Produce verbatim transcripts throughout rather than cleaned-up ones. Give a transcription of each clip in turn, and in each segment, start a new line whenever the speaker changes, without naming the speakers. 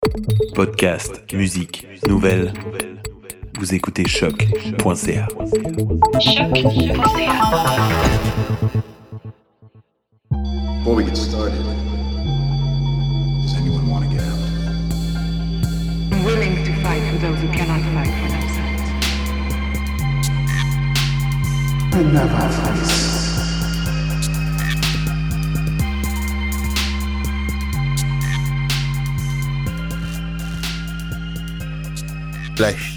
Podcast, musique, nouvelles. Vous écoutez choc point c a.
Before we get started, does anyone want to get out?
I'm willing to fight for those who cannot fight for themselves.
I never face.
Flash.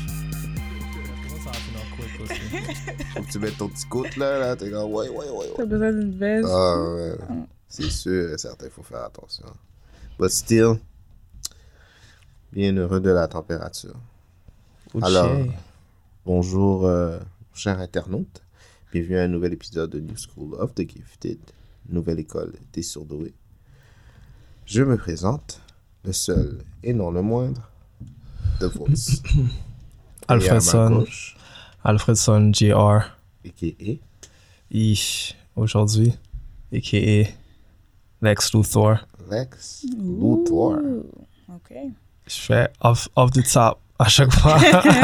Faut que tu mettes ton petit côte là, là, t'es comme ouais, ouais, ouais, ouais.
T'as besoin d'une veste.
Ah ouais, c'est sûr et certain, il faut faire attention. But still, bien heureux de la température. Alors, bonjour, euh, chers internautes. Bienvenue à un nouvel épisode de New School of the Gifted, nouvelle école des surdoués. Je me présente, le seul et non le moindre, The Voice.
Alfredson, Alfredson J R,
A K A
Ish, aujourd'hui, A K A Lex Luthor.
Lex Luthor.
OK.
Je fais off, off the top à chaque fois.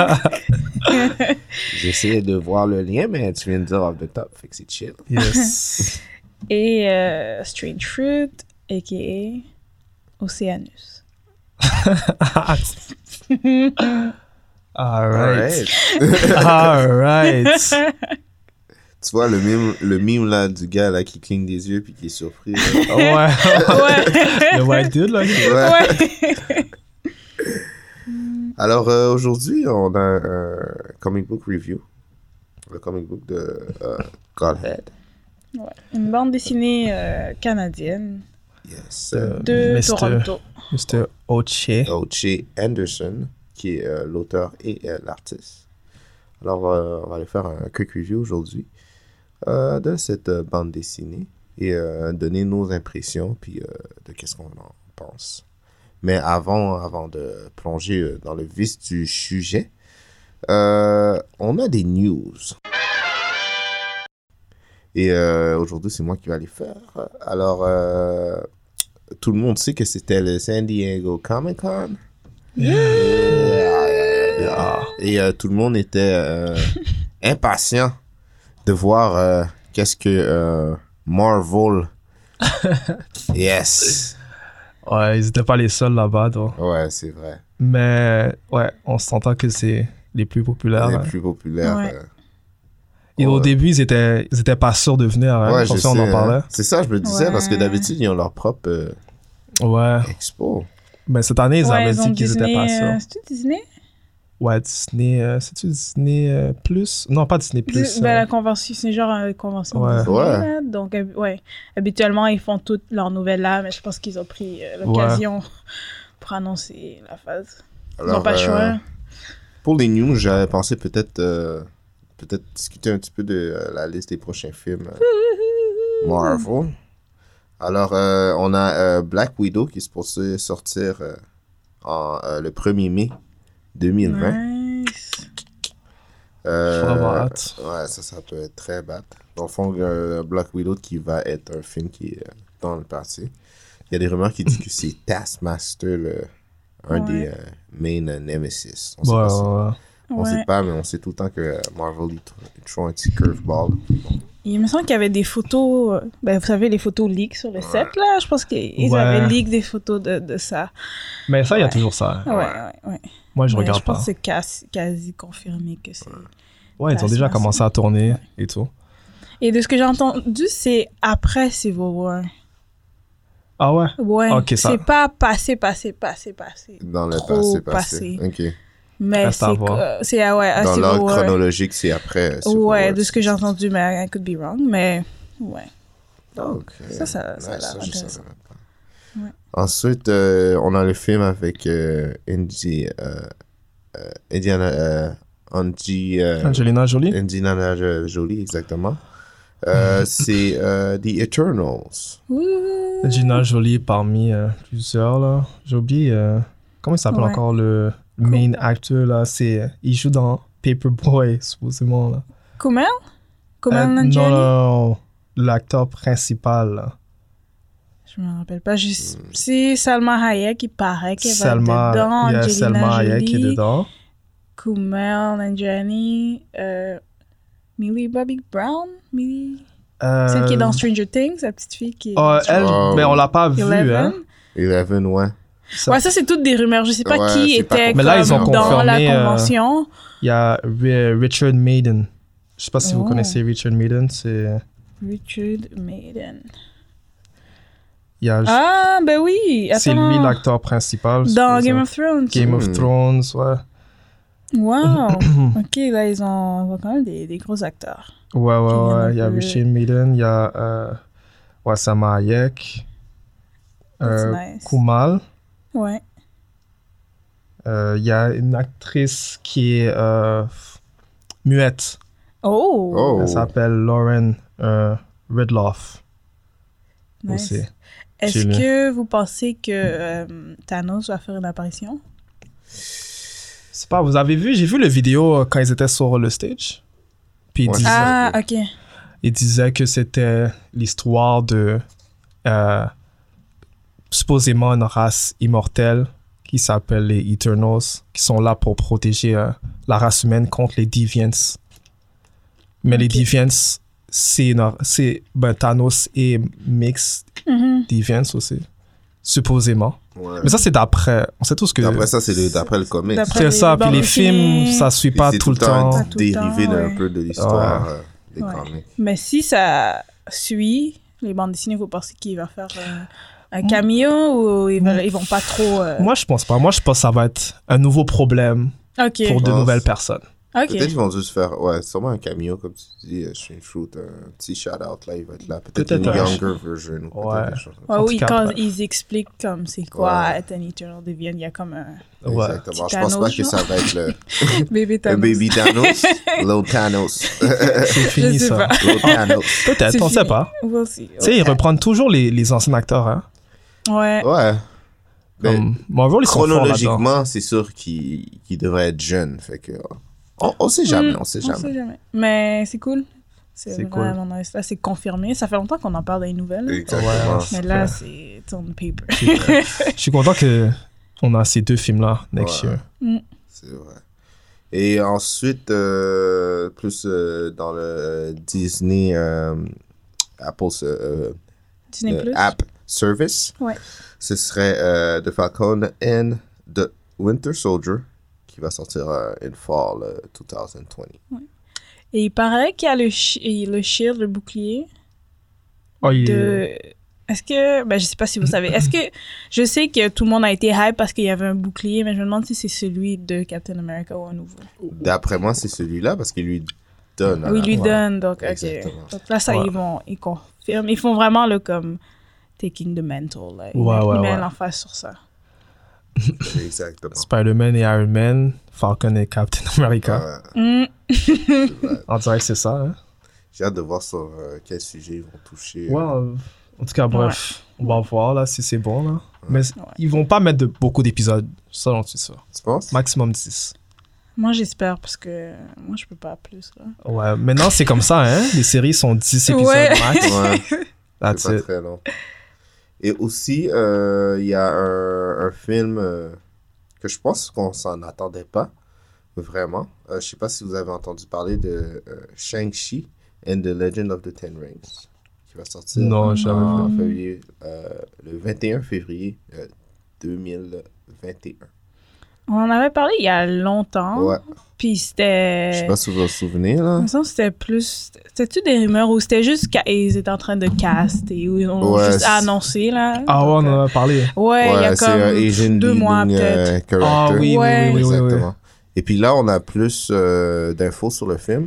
J'essayais de voir le lien, mais tu viens de dire off the top, fait que c'est chill.
Yes.
Et euh, Strange Fruit, a k a. Océanus.
All right. All right.
Tu vois le mime, le mime là du gars là qui cligne des yeux puis qui est surpris. Là.
Ouais.
Ouais.
Le white dude là.
Ouais. Alors euh, aujourd'hui, on a un comic book review. Le comic book de euh, Godhead.
Ouais. Une bande dessinée euh, canadienne
Yes.
de
Mister
Toronto.
mister Oche.
Oche Anderson, qui est euh, l'auteur et euh, l'artiste. Alors, euh, on va aller faire un quick review aujourd'hui euh, de cette euh, bande dessinée et euh, donner nos impressions puis euh, de qu'est-ce qu'on en pense. Mais avant, avant de plonger euh, dans le vif du sujet, euh, on a des news. Et euh, aujourd'hui, c'est moi qui vais les faire. Alors, euh, tout le monde sait que c'était le San Diego Comic-Con. Yeah. Yeah. Yeah. Et euh, tout le monde était euh, impatient de voir euh, qu'est-ce que euh, Marvel. Yes.
Ouais, ils étaient pas les seuls là-bas, donc.
Ouais, c'est vrai.
Mais ouais, on s'entend que c'est les plus populaires.
Les
hein.
plus populaires.
Ouais.
Euh,
Et au
ouais.
début, ils étaient, ils étaient pas sûrs de venir. Hein,
Ouais,
comme
je
ça,
sais.
on en parlait.
Hein. C'est ça, je me disais,
Ouais.
parce que d'habitude, ils ont leur propre euh,
Ouais.
expo.
Mais cette année, ils
Ouais,
avaient
ils ont
dit qu'ils
Disney,
étaient pas sûrs.
euh, C'est-tu Disney?
Ouais, Disney. Euh, c'est-tu Disney euh, Plus? Non, pas Disney Plus.
Dis- ben,
euh,
la convention, c'est genre une convention
Ouais.
Disney,
Ouais.
là. Donc, hab- ouais. Habituellement, ils font toutes leurs nouvelles là, mais je pense qu'ils ont pris euh, l'occasion pour annoncer la phase. Ils
Alors,
n'ont pas le
euh,
choix.
Pour les news, j'avais pensé peut-être euh, peut-être discuter un petit peu de euh, la liste des prochains films euh, Marvel. Alors, euh, on a euh, Black Widow qui est supposé sortir euh, en, euh, le premier mai deux mille vingt.
Nice.
Euh,
Faut avoir hâte.
ouais, ça, ça peut être très bad. Dans le fond, euh, Black Widow qui va être un film qui est euh, dans le passé. Il y a des rumeurs qui disent que c'est Taskmaster, le, un
Ouais.
des euh, main euh, nemesis. On sait
Ouais,
pas si-
ouais, ouais.
On
Ouais.
sait pas, mais on sait tout le temps que euh, Marvel, ils tr- ils trouvent un petit curveball.
Il me semble qu'il y avait des photos, euh, ben, vous savez, les photos leak sur le set, là. Je pense qu'ils
Ouais.
avaient leak des photos de, de ça.
Mais ça, il y a
Ouais.
toujours ça.
Ouais, ouais, ouais.
Moi, je
Ouais,
regarde
je pense
pas.
que c'est quasi, quasi confirmé que c'est...
Ouais, ils ont déjà
Taskmaster.
commencé à tourner et tout.
Et de ce que j'ai entendu, c'est après Civil War.
Ah ouais?
Ouais,
Ok, ça-
c'est pas passé, passé, passé, passé.
Dans le
Trop
passé, passé.
passé.
Ok.
Mais
Reste à
c'est...
voir.
euh, c'est ah ouais, à
Dans
Civil
l'ordre
War.
chronologique, c'est après. euh, Civil
Ouais,
War,
de ce que
c'est-
j'ai entendu, mais I could be wrong, mais ouais.
Ok.
Ça, ça- ça a
Ouais,
l'air
je
intéressant.
savais même pas.
Ouais.
Ensuite, euh, on a le film avec euh, Indi, euh, euh, Indiana, euh, Angie, euh,
Angelina Jolie?
Indiana Jolie, exactement. Euh, c'est euh, The Eternals.
Ouh.
Angelina Jolie parmi euh, plusieurs, là. J'ai oublié... euh, comment il s'appelle
Ouais.
encore le main actor, là? C'est... euh, il joue dans Paperboy, supposément, là.
Kumail?
Euh,
Kumail
non,
Nanjiani?
non, non. L'acteur principal, là.
Je me rappelle pas. Juste, mm. C'est Salma Hayek qui paraît qu'elle
Salma,
va être dedans.
Il y a
Angelina
Salma Hayek
Jolie,
qui est dedans.
Kumail Nanjiani, euh, Millie Bobby Brown, Millie...
Euh...
Celle qui est dans Stranger Things, la petite fille qui est...
Oh, elle,
Oh.
mais on l'a pas vue, hein.
Eleven, ouais.
Ça...
Ouais, ça, c'est toutes des rumeurs. Je sais pas
Ouais,
qui
c'est pas
était
Mais là, ils ont
comme dans la
confirmé, euh,
convention.
Il y a Richard Madden. Je sais pas si
Oh.
vous connaissez Richard Madden, c'est...
Richard Madden.
Il y a...
Ah, ben oui! Attends.
C'est lui l'acteur principal.
Dans Game of Thrones.
Game of
Hmm.
Thrones, ouais.
Wow! Ok, là, ils ont, ils ont quand même des, des gros acteurs.
Ouais, ouais,
Qui viennent
ouais.
un
Il y a
peu-
Richard Madden, il y a euh, ouais, Salma Hayek, euh,
That's nice.
Kumail.
Ouais.
Euh, Il y a une actrice qui est euh, muette.
Oh!
Oh.
Elle s'appelle Lauren euh, Ridloff.
Nice.
Aussi.
Est-ce
J'ai lu.
que vous pensez que euh, Thanos va faire une apparition?
C'est pas, vous avez vu, j'ai vu le vidéo euh, quand ils étaient sur le stage. Puis ils
Ouais.
disaient,
Ah, ok.
ils disaient que c'était l'histoire de euh, supposément une race immortelle qui s'appelle les Eternals, qui sont là pour protéger euh, la race humaine contre les Deviants. Mais les
Ok.
Deviants, c'est, une- c'est ben, Thanos et mix
Mhm.
Deviants aussi, supposément.
Ouais.
Mais ça, c'est d'après. On sait tous que.
Après ça, c'est le- d'après le comics.
D'après-
C'est ça,
Dans
puis les
les
films,
films,
ça suit
Puis
pas
c'est
tout le temps.
Pas tout le temps,
dérivé d'un
ouais.
peu de l'histoire euh, des
Ouais.
comics.
Mais si ça suit les bandes dessinées, vous pensez qu'il va faire euh, un cameo ou ils, veulent, ils vont pas trop... euh,
Moi, je pense pas. Moi, je pense que ça va être un nouveau problème
Ok.
pour de
pense.
nouvelles personnes.
Ok.
Peut-être qu'ils vont juste faire, ouais, sûrement un cameo, comme tu dis, euh, String Fruit, un petit shout-out, là, il va être là. Peut-être
Peut-être
une
un-
younger version. ou
Ouais.
peut-être des choses comme
Ouais,
En
oui,
tout cas,
quand
bref.
ils expliquent comme c'est quoi
Ouais.
être un Eternal Deviant, il y a comme un
ça.
Ouais.
Exactement.
Petit
Je pense pas
Thanos,
que ça va être le,
bébé
le
Thanos.
baby Thanos, Little Thanos.
C'est fini,
sais
ça.
pas.
Little Thanos.
Peut-être,
C'est
on sait
fini.
pas.
We'll see.
Tu sais, ils reprennent toujours les, les anciens acteurs. Hein.
Ouais.
Ouais. Mais
Comme Marvel, ils sont forts là-dedans.
chronologiquement, c'est sûr qu'il qu'il devrait être jeune. Fait que, on, on sait jamais,
Mm,
on sait
On
jamais.
sait jamais. Mais c'est cool. C'est
C'est cool.
vraiment nice. Là, c'est confirmé. Ça fait longtemps qu'on en parle dans les nouvelles. là.
Exactement.
Ouais.
Mais là, c'est it's on paper.
Je suis content que on a ces deux films-là next
Ouais.
year.
Mm.
C'est vrai. Et ensuite, euh, plus euh, dans le euh, Disney euh, Apple euh,
Disney
euh,
Plus.
App Service,
Ouais.
ce serait euh, The Falcon and The Winter Soldier qui va sortir euh, in fall euh, twenty twenty.
Et il paraît qu'il y a le, shi- le shield, le bouclier.
Oh, il est-
de... Est-ce que... Ben, je sais pas si vous savez. Est-ce que... Je sais que tout le monde a été hype parce qu'il y avait un bouclier, mais je me demande si c'est celui de Captain America ou un nouveau.
D'après moi, c'est celui-là parce qu'il lui donne. à
Oui,
la
il lui
fin.
donne, donc ok.
Exactement.
Donc là, ça,
Ouais.
ils vont... Ils confirment. Ils font vraiment le comme... Taking the mantle, là. Ils
Ouais,
mettent,
ouais,
ils mettent
ouais.
l'emphase sur ça.
Exactement.
Spider-Man et Iron Man, Falcon et Captain America.
Ouais,
Mm.
c'est vrai.
On dirait que c'est ça. Hein?
J'ai hâte de voir sur euh, quel sujet ils vont toucher.
Ouais, euh, en tout cas, bref, on va voir là si c'est bon. Là. Mais
Ouais.
ils vont pas mettre de, beaucoup d'épisodes, ça j'en suis sûr.
Tu penses?
Maximum dix.
Moi, j'espère, parce que moi, je peux pas plus, là.
Ouais, maintenant c'est comme ça, hein. Les séries sont dix épisodes
Ouais.
max.
Ouais.
That's
C'est pas
it.
très long. Et aussi, euh, il y a un, un film euh, que je pense qu'on s'en attendait pas, vraiment. Euh, je sais pas si vous avez entendu parler de euh, Shang-Chi and the Legend of the Ten Rings, qui va sortir
Non, jamais
en
vu.
février, euh, le vingt et un février euh, deux mille vingt et un.
On en avait parlé il y a longtemps.
Ouais.
Puis c'était...
Je sais pas si vous vous souvenez, là.
Il me semble que c'était plus... C'était-tu des rumeurs ou c'était juste qu'ils étaient en train de cast et où ils ont
Ouais,
juste
c'est-
annoncé, là.
Ah ouais,
Donc,
on
euh,
en a parlé.
ouais, il y a
c'est
comme
un Asian
deux mois,
leading,
peut-être.
euh, character.
Ah oui,
Ouais.
oui, oui, oui, oui, oui.
Exactement. Et puis là, on a plus euh, d'infos sur le film.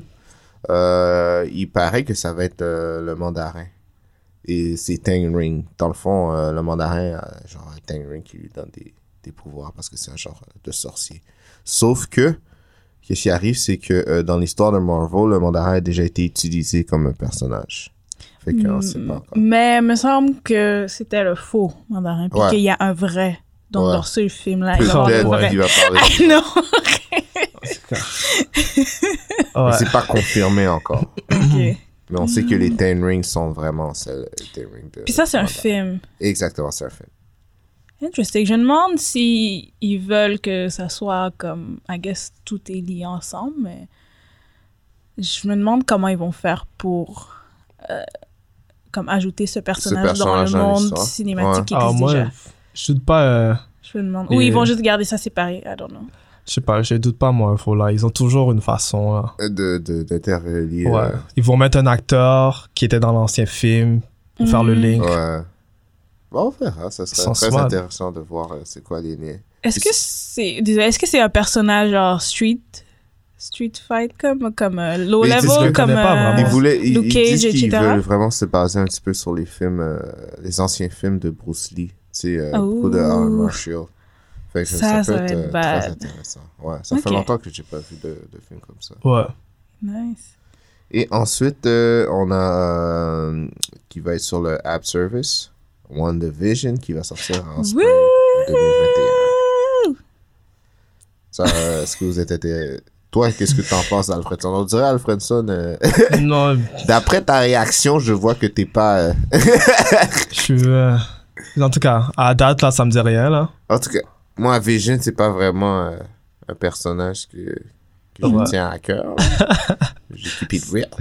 Euh, il paraît que ça va être euh, le mandarin. Et c'est Tang Ring. Dans le fond, euh, le mandarin, a genre un Tang Ring qui lui donne des, des pouvoirs parce que c'est un genre de sorcier. Sauf que, ce qui arrive, c'est que euh, dans l'histoire de Marvel, le mandarin a déjà été utilisé comme un personnage. Fait qu'on sait pas encore.
Mais il me semble que c'était le faux mandarin. Puis
Ouais.
qu'il y a un vrai. Donc,
Ouais.
dans ce film-là, il va y avoir le
Peut-être
vrai.
qu'il va parler.
non.
Ouais.
Mais c'est pas confirmé encore.
Ok.
Mais on sait que les Ten Rings sont vraiment celles, les Ten Rings de...
Puis ça, c'est un
Wanda.
film.
Exactement, c'est un film.
Interesting. Je me demande si ils veulent que ça soit comme, I guess, tout est lié ensemble, mais je me demande comment ils vont faire pour euh, comme ajouter ce personnage,
personnage
dans
dans
le monde
l'histoire.
cinématique
Ouais.
qui
Ah,
existe
moi,
déjà.
je doute pas. euh,
Je me demande.
Et-
Ou ils vont juste garder ça séparé. I don't know.
je sais pas, je doute pas, moi, faut là. Ils ont toujours une façon, là.
De, de, d'interrelier.
Ouais.
euh,
Ils vont mettre un acteur qui était dans l'ancien film pour faire le
Mhm.
link.
ouais. Bon, on verra. Ça serait
Sont
très
smart.
intéressant de voir euh, c'est quoi les liens.
Est-ce que c'est, désolé, est-ce que c'est un personnage genre street, street fight comme comme euh, low
Mais ils disent
level
que-
comme
je connais pas
euh,
vraiment.
Ils, voulaient, ils,
Luke
ils
Cage,
disent qu'ils
et cetera.
veulent vraiment se baser un petit peu sur les films, euh, les anciens films de Bruce Lee. C'est euh, beaucoup de Alan
Oh.
Marshall. Fait que
Ça,
ça,
ça
peut
va
être,
être
euh,
bad.
très intéressant. Ouais, ça
Ok.
fait longtemps que j'ai pas vu de, de film comme ça.
Ouais.
Nice.
Et ensuite, euh, on a euh, qui va être sur le App Service, WandaVision, qui va sortir en spring deux mille vingt et un. Ça, euh, est-ce que vous êtes été... Toi, qu'est-ce que t'en penses, Alfredson? On dirait, Alfredson, euh,
Non,
d'après ta réaction, je vois que t'es pas... euh,
je suis. euh, En tout cas, à date, là, ça me dit rien, là.
En tout cas, moi, Vision, c'est pas vraiment euh, un personnage que, que
Ouais.
je tiens à cœur. là. Je keep it real.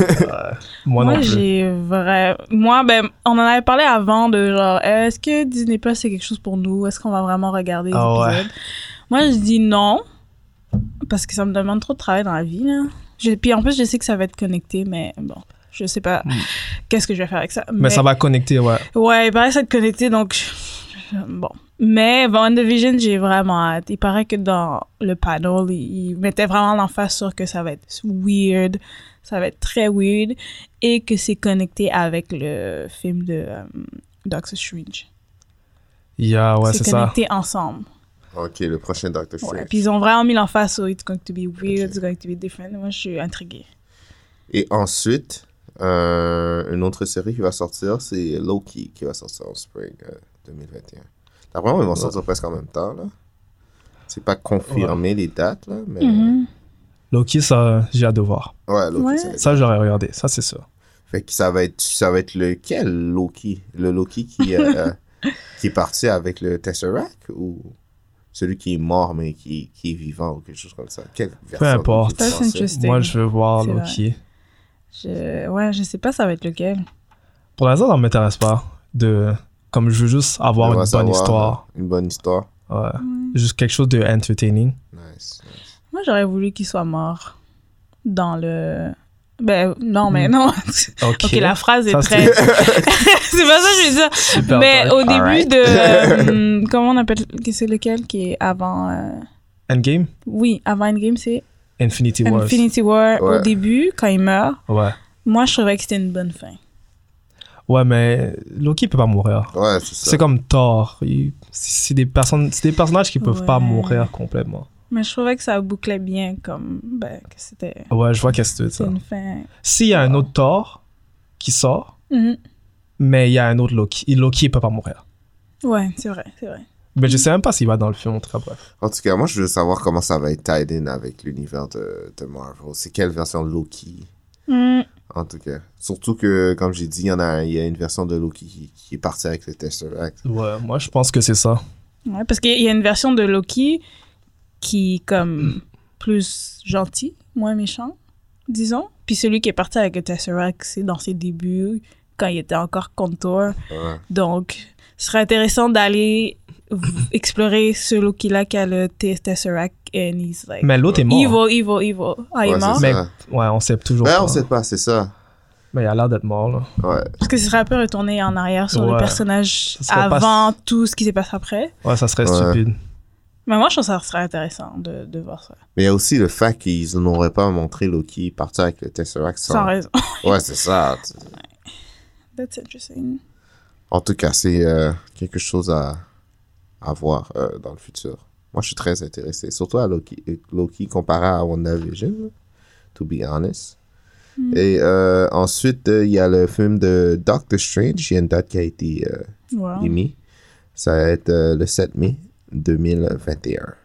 Moi,
Moi,
non plus.
j'ai vrai. Moi, ben, on en avait parlé avant de genre, est-ce que Disney Plus c'est quelque chose pour nous? Est-ce qu'on va vraiment regarder les
Ah ouais.
épisodes? Moi, je dis non. Parce que ça me demande trop de travail dans la vie, là. Je- Puis en plus, je sais que ça va être connecté, mais bon, je sais pas qu'est-ce que je vais faire avec ça.
Mais ça va connecter, ouais.
Ouais, il paraît que ça va être connecté, donc... je- Bon. Mais WandaVision, j'ai vraiment hâte. Il paraît que dans le panel, il, il mettait vraiment l'emphase sur que ça va être weird, ça va être très weird, et que c'est connecté avec le film de euh, Doctor Strange.
Il y a, ouais, c'est
c'est
ça.
connecté ensemble.
Ok, le prochain Doctor Strange.
Ouais. Puis ils ont vraiment mis l'emphase sur it's going to be weird, it's going to be different. Moi, je suis intriguée.
Et ensuite, euh, une autre série qui va sortir, c'est Loki, qui va sortir en spring euh, deux mille vingt et un. D'après moi, ils vont sortir presque en même temps, là. C'est pas confirmé les dates, là, mais...
Mhm.
Loki, ça, j'ai hâte de voir.
Ouais, Loki,
Ouais.
ça va être...
Ça, j'aurais regardé. Ça, c'est sûr.
Fait que ça va être, ça va être lequel, Loki? Le Loki qui, euh, qui est parti avec le Tesseract ou celui qui est mort mais qui, qui est vivant ou quelque chose comme ça? Quelle version de
importe.
Loki tu
Ça, c'est
pensais?
interesting.
Moi, je veux voir
C'est
Loki.
Je... Ouais, je sais pas ça va être lequel.
Pour l'instant, ça m'intéresse pas. De... Comme je veux juste avoir
On
une
va
bonne
savoir,
histoire.
Une bonne histoire.
Ouais. Juste quelque chose de entertaining.
Nice. nice.
Moi, j'aurais voulu qu'il soit mort dans le... Ben, non, mais non.
Ok.
Ok, la phrase est
Ça,
très...
c'est-
c'est pas ça que je veux dire.
Super
Mais
dark.
au début
Alright.
de... euh, comment on appelle... C'est lequel qui est avant... euh,
Endgame?
Oui, avant Endgame, c'est
Infinity Wars.
Infinity War.
Ouais.
Au début, quand il meurt,
Ouais.
moi, je trouvais que c'était une bonne fin.
Ouais, mais Loki peut pas mourir.
Ouais, c'est ça.
C'est comme Thor. Il- C'est des, personnes... c'est des personnages qui peuvent pas
Ouais.
mourir complètement.
Mais je trouvais que ça bouclait bien, comme... Ben, que c'était...
Ouais, je vois qu'est-ce que tu veux
C'est
dire.
une fin...
S'il y a un autre Thor qui sort,
Mhm.
mais il y a un autre Loki. Et Loki, il peut pas mourir.
Ouais, c'est vrai, c'est vrai.
Mais je sais même pas s'il va dans le film, en tout cas, bref.
En tout cas, moi, je veux savoir comment ça va être tied in avec l'univers de, de Marvel. C'est quelle version de Loki,
Mm.
en tout cas. Surtout que, comme j'ai dit, il y en a, il y a une version de Loki qui, qui est partie avec le Tesseract.
Ouais, moi, je pense que c'est ça.
Ouais, parce qu'il y a une version de Loki qui est comme plus gentil, moins méchant, disons. Puis celui qui est parti avec le Tesseract, c'est dans ses débuts, quand il était encore contre Thor.
Ouais.
Donc, ce serait intéressant d'aller v- explorer ce Loki-là qui a le T- Tesseract and he's like...
Mais l'autre est mort.
Evil, evil, evil. Ah, il est
Ouais,
mort?
c'est
Mais
ça.
ouais, on sait toujours
Ben,
pas.
on sait pas, c'est ça.
Mais il a l'air d'être mort, là.
Ouais.
Parce que ce serait un peu retourner en arrière sur le
Ouais.
personnage
Ça serait pas-
avant tout ce qui s'est passé après.
Ouais, ça serait
Ouais.
stupide.
Mais moi, je trouve que ça serait intéressant de, de voir ça.
Mais il y a aussi le fait qu'ils n'auraient pas montré Loki partir avec le Tesseract sans...
Sans raison.
Ouais, c'est ça. tu-
That's interesting.
En tout cas, c'est euh, quelque chose à, à voir euh, dans le futur. Moi, je suis très intéressé, surtout à Loki, Loki comparé à WandaVision, là, to be honest.
Mm.
Et euh, ensuite, euh, il y a le film de Doctor Strange. Il y a une date qui a été euh,
Wow.
émise. Ça va être euh, le sept mai deux mille vingt et un.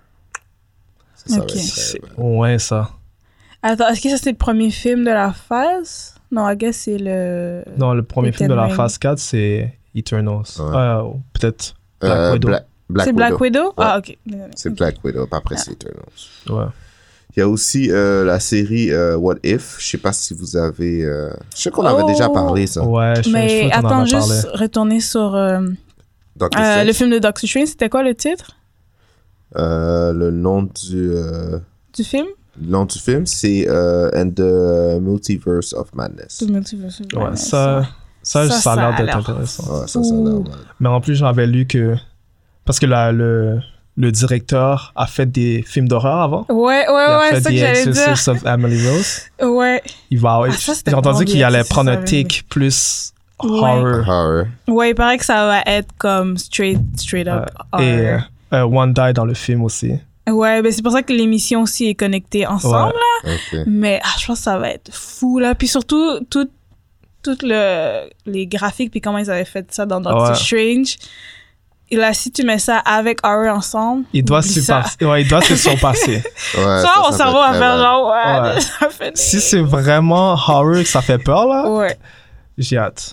Ça, ça
Ok.
va être,
C'est
euh,
ouais, ça.
Attends, est-ce que ça c'est le premier film de la phase? Non, I guess c'est le...
Non, le premier film de la
Eternal.
phase quatre, c'est Eternals.
Ouais.
Euh, peut-être Black
Euh,
Widow.
Bla- Black
c'est
Widow.
Black Widow?
Ouais.
Ah, ok. Désolé.
C'est
Ok.
Black Widow, pas après c'est Eternals.
Ouais.
Il y a aussi euh, la série euh, What If. Je sais pas si vous avez... euh, Je sais qu'on avait
Oh.
déjà parlé, ça.
Ouais, je, je
Mais
crois qu'on en
attends,
a
juste
parlé.
retourner sur euh,
Doctor
euh,
Strange.
le film de Doctor Strange. C'était quoi le titre
Euh, le nom du... euh,
du film?
Le nom du film, c'est euh, And the Multiverse of Madness.
The Multiverse of
Ouais,
Madness,
ça,
ouais.
ça,
Ça,
ça a
ça
l'air
a
d'être
l'air
intéressant.
Ouais, ça, ça a l'air
Ouh.
mal.
Mais en plus, j'avais lu que... Parce que la, le, le directeur a fait des films d'horreur avant.
Ouais,
Il
ouais,
a
ouais,
fait
c'est ça que
The
j'allais dire.
Exorcist of Emily Rose.
Ouais.
Il va...
Ah, ça, c'était
J'ai entendu
bon,
qu'il
The
allait
Exorcist
prendre un
of Emily.
take plus
Ouais.
horror.
Horror.
Ouais, il paraît que ça va être comme straight, straight up.
Euh, et
horror.
euh, One Die dans le film aussi.
Ouais, ben c'est pour ça que l'émission aussi est connectée ensemble.
Ouais.
Ok.
Mais ah, je pense que ça va être fou, là. Puis surtout, tout, tout le, les graphiques, puis comment ils avaient fait ça dans Doctor
Ouais.
Strange. Et là, si tu mets ça avec Horror ensemble,
Il doit,
oublie
se
ça.
passer- ouais, il doit se surpasser.
Ouais,
Ça,
ça,
mon
ça
cerveau
peut
va
être
faire
très
genre, ouais,
Ouais.
ça fait des...
Si c'est vraiment horror que ça fait peur, là,
Ouais,
j'ai hâte.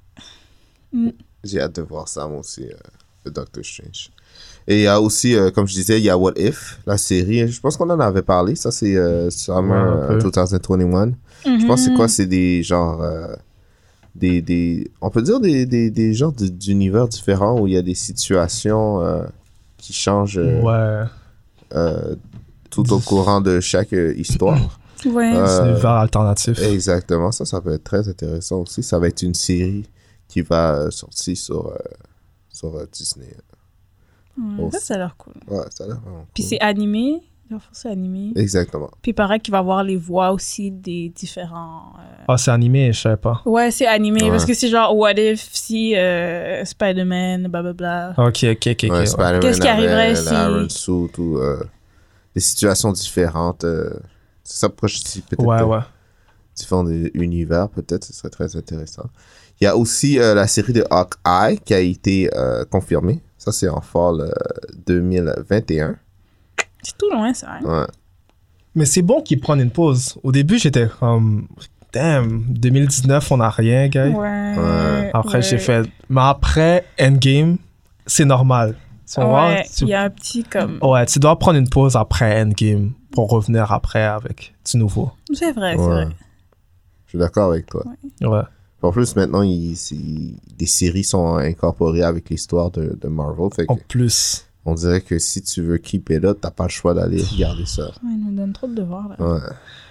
ouais.
J'ai hâte de voir ça, moi aussi, euh, le Doctor Strange. Et il y a aussi, euh, comme je disais, il y a What If, la série. Je pense qu'on en avait parlé. Ça, c'est euh, Summer
Ouais, un
euh,
peu.
deux mille vingt et un. Je pense que c'est quoi? C'est des genres... euh, des, des, on peut dire des, des, des genres de- d'univers différents où il y a des situations euh, qui changent euh,
Ouais.
euh, tout au courant de chaque euh, histoire.
Ouais.
Euh,
C'est univers alternatif.
Exactement, ça, ça peut être très intéressant aussi. Ça va être une série qui va euh, sortir sur, euh, sur euh, Disney.
Ouais, ça, ça a l'air cool.
Ouais, ça a l'air vraiment
Puis
cool.
c'est animé. Dans le fond, c'est animé.
Exactement.
Puis il paraît qu'il va avoir les voix aussi des différents... euh,
Ah, c'est animé, je savais pas.
Ouais, c'est animé.
Ouais.
Parce que c'est genre, what if si euh, Spider-Man, blablabla.
Ok, ok, ok. ok,
Ouais,
ouais.
Spider-Man
Qu'est-ce qui
avait
arriverait
la
si-
Iron Suit ou euh, des situations différentes. euh, c'est ça pourquoi je dis peut-être
Ouais,
euh,
ouais.
différents univers, peut-être, ce serait très intéressant. Il y a aussi euh, la série de Hawkeye qui a été euh, confirmée. Ça, c'est en fall euh, deux mille vingt et un.
C'est tout loin, ça. Hein?
Ouais.
Mais c'est bon qu'ils prennent une pause. Au début, j'étais comme... Damn, deux mille dix-neuf, on n'a rien, gars.
Ouais.
Ouais.
Après,
ouais.
j'ai fait... Mais après, Endgame, c'est normal. Tu vois?
Ouais,
Tu-
il y a un petit comme...
Ouais, tu dois prendre une pause après Endgame pour revenir après avec du nouveau.
C'est vrai, c'est
Ouais.
vrai.
Je suis d'accord avec toi.
Ouais.
En plus, maintenant, il, il- des séries sont incorporées avec l'histoire de, de Marvel. Fait que
En plus.
on dirait que si tu veux keep it up, t'as pas le choix d'aller regarder ça.
Ouais, il nous donne trop de devoirs, là.
Ouais.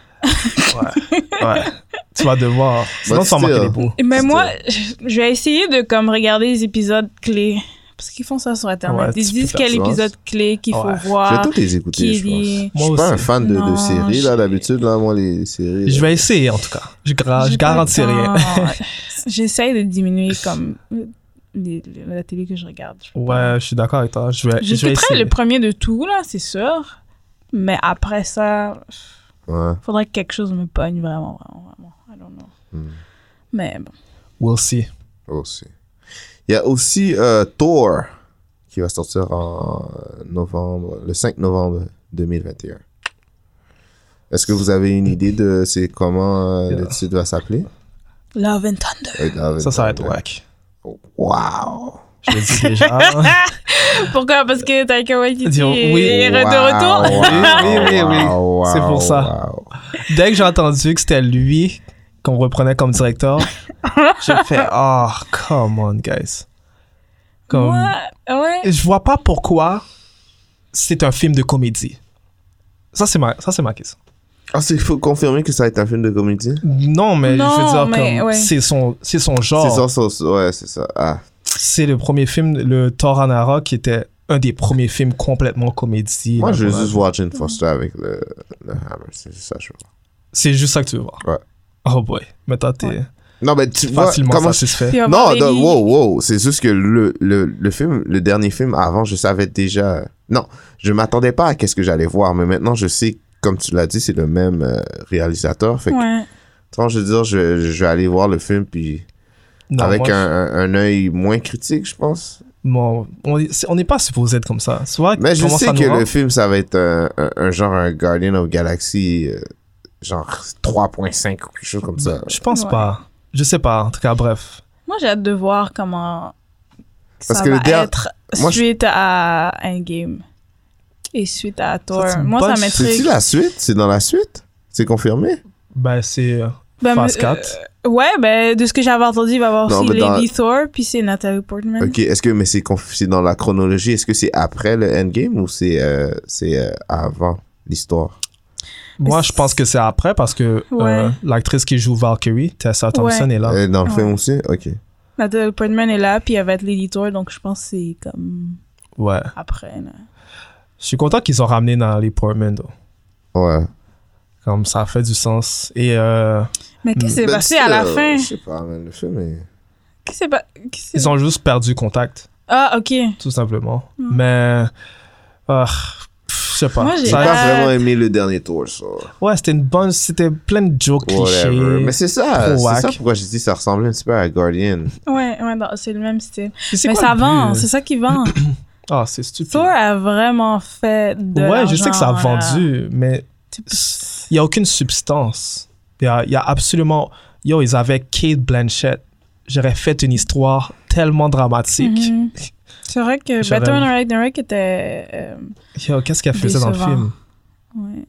Ouais. Ouais. Tu vas devoir. Sinon,
But
tu vas manquer
still.
les bouts.
Mais
C'était-
moi, je je vais essayer de comme regarder les épisodes clés. Parce qu'ils font ça sur Internet.
Ouais,
Ils
tu peux
disent
faire
quel
ça.
épisode clé qu'il faut
Ouais.
Je vais
voir.
tous les écouter,
qui
je pense.
dit-
Je suis
Moi
pas un
aussi.
fan de, de
Non,
séries, là,
j'ai-
d'habitude, là, moi, les séries.
Je
euh,
vais essayer, en tout cas. Je, gra- je
J'ai pas
garantis
le
rien.
temps. J'essaye de diminuer comme les- les- la télé que je regarde. Je peux pas.
Ouais, je suis d'accord avec toi. Je vais, je vais
J'écouterai
essayer.
le premier de tout, là, c'est sûr. Mais après ça,
Ouais.
faudrait que quelque chose me pogne vraiment, vraiment, vraiment. I don't know.
Hmm.
Mais bon.
We'll see.
Aussi. Il y a aussi euh, Thor qui va sortir en novembre, le cinq novembre deux mille vingt et un. Est-ce que vous avez une idée de c'est comment euh, le
Yeah.
titre va s'appeler?
Love and Thunder.
Euh, Love and
Ça, ça va être
Thunder.
wack.
Wow!
Je le dis déjà.
Pourquoi? Parce que Taika Waititi
Dis- oui.
est de
Wow,
retour.
Oui, oui, oui, oui.
wow,
C'est pour ça.
wow.
Dès que j'ai entendu que c'était lui qu'on reprenait comme directeur, j'ai fait « Oh, come on, guys. » Comme...
Ouais, ouais.
Je vois pas pourquoi c'est un film de comédie. Ça, c'est ma, ça, c'est ma question.
Ah, c'est faut confirmer que ça va être un film de comédie?
Non, mais
Non,
je veux dire,
mais
comme,
ouais.
c'est son, c'est son
C'est
genre.
ça, ça, ouais, c'est ça. Ah.
C'est le premier film, le Thor Ragnarok, qui était un des premiers films complètement comédie.
Moi,
là,
je veux
qu'on a
juste
vu.
voir Jane Foster avec le, le hammer. C'est juste ça, je veux voir.
C'est juste ça que tu veux voir.
Ouais.
Oh boy. Mais toi, t'es
Non, mais tu vois,
facilement
comment...
satisfait.
Puis on va
Non,
voir
non,
les-
wow, wow. C'est juste que le, le, le film, le dernier film avant, je savais déjà. Non, je m'attendais pas à qu'est-ce que j'allais voir, mais maintenant je sais, comme tu l'as dit, c'est le même euh, réalisateur. Fait que,
Ouais.
quand je veux dire, je, je vais aller voir le film puis
Non,
avec
moi,
un, un, un œil moins critique, je pense.
Bon, on est- c'est- on n'est pas supposé être comme ça. Tu vois,
Mais je
comment
sais
ça
que
nous rend?
le film, ça va être un, un, un genre un Guardian of Galaxy. euh, genre trois virgule cinq ou quelque chose comme ça.
Je pense
Ouais.
pas. Je sais pas. En tout cas, bref.
Moi, j'ai hâte de voir comment
Parce
ça
que
va
le der-
être
moi, je-
suite à Endgame et suite à Thor.
c'est une
Moi,
bonne-
ça m'intrigue.
C'est-tu la suite? C'est dans la suite? C'est confirmé?
Ben, c'est euh,
Ben,
phase
euh,
quatre.
Ouais, ben, de ce que j'avais entendu, il va y avoir
Non,
aussi
mais dans-
Lady Thor, puis c'est Natalie Portman.
Ok, est-ce que, mais c'est, conf- c'est dans la chronologie, est-ce que c'est après le Endgame ou c'est, euh, c'est euh, avant l'histoire?
Moi, je pense que c'est après parce que
Ouais.
euh, l'actrice qui joue Valkyrie, Tessa Thompson,
Ouais.
est là.
Euh, dans le
Ouais.
film aussi? Ok.
Natalie Portman est là, puis elle va être Lady Thor, donc je pense que c'est comme
Ouais.
après. Là.
Je suis content qu'ils ont ramené Natalie Portman, though.
Ouais.
Comme ça fait du sens. Et euh,
Mais qu'est-ce qui s'est
Ben,
passé
tu sais,
à la
euh,
fin?
Je sais pas, man, le film est...
Qu'est-ce qui s'est pas... qu'est-ce qui s'est-
ils ont juste perdu contact,
Ah, ok.
tout simplement.
Mm.
Mais. ah, pff, je sais pas.
Moi, j'ai
J'ai
Ça-
pas
hâte.
vraiment aimé le dernier tour, ça.
Ouais, c'était une bonne. C'était plein de jokes clichés.
Whatever. Mais c'est ça,
Trop
c'est ça
whack.
pourquoi j'ai dit ça ressemblait un petit peu à Guardian.
Ouais, ouais, non, c'est le même style.
Mais c'est
Mais
quoi
ça
le
vend,
but?
c'est ça qui vend.
Ah, c'est stupide.
Thor a vraiment fait de
Ouais, je sais que ça a
l'argent, là.
vendu, mais il n'y a aucune substance. Il y a, il y a absolument... Yo, ils avaient Kate Blanchett. J'aurais fait une histoire tellement dramatique.
Mhm. C'est vrai que
J'aurais-
Batman Ragnarok était... euh,
Yo, qu'est-ce qu'elle faisait dans le
Décevant.
film?
ouais.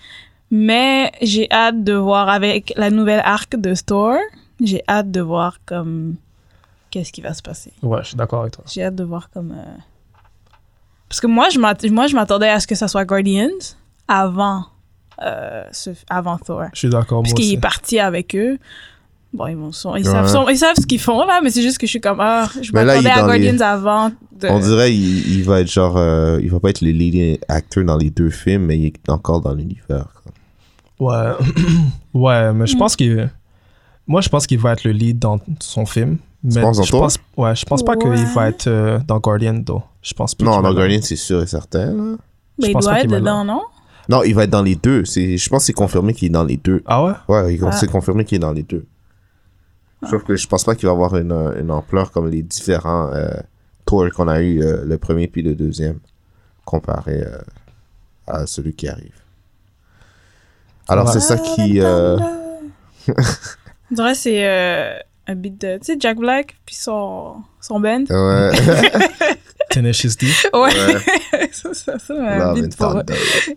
Mais j'ai hâte de voir avec la nouvelle arc de Thor, j'ai hâte de voir comme... Qu'est-ce qui va se passer.
Ouais, je suis d'accord avec toi.
J'ai hâte de voir comme... euh, Parce que moi, je m'att- moi, je m'attendais à ce que ça soit Guardians avant, euh, ce... avant Thor.
Je suis d'accord, moi
Puisqu'il
aussi.
est parti avec eux. Bon, ils, vont, sont- ils,
Ouais.
savent, sont- ils savent ce qu'ils font, là, mais c'est juste que je suis comme, ah, je
Mais là, il
m'attendais
est
à
dans les-
Guardians avant. De...
On dirait il, il va être genre... euh, il va pas être le leading acteur dans les deux films, mais il est encore dans l'univers. quoi.
Ouais. ouais, mais je
Mm.
pense qu'il... Moi, je pense qu'il va être le lead dans son film. Mais
penses dans
je
Thor?
pense, ouais, je pense pas
Ouais.
qu'il va être euh, dans Guardian, though. Je pense plus
Non,
qu'il va
dans
être
Guardian, c'est sûr et certain. Là.
Mais
je
il
pense
doit
pas
être
qu'il va être
dedans, non?
Non, il va être dans les deux. C'est, je pense que c'est confirmé qu'il est dans les deux.
Ah ouais?
Ouais, il-
Ah.
c'est confirmé qu'il est dans les deux. Sauf que je pense pas qu'il va avoir une, euh, une ampleur comme les différents euh, tours qu'on a eu, euh, le premier puis le deuxième, comparé euh, à celui qui arrive. Alors,
Ouais.
c'est ça qui... euh,
On dirait que c'est euh, un beat de, tu sais, Jack Black, puis son, son band.
ouais.
Tenacious D.
Ouais.
Ouais.
ça, ça, ça, un
Love
beat
and
pour...
Thunder.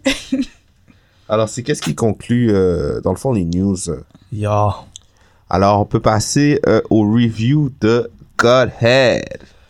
Alors, c'est qu'est-ce qui conclut, euh, dans le fond, les news.
Yeah.
Alors, on peut passer euh, au review de Godhead.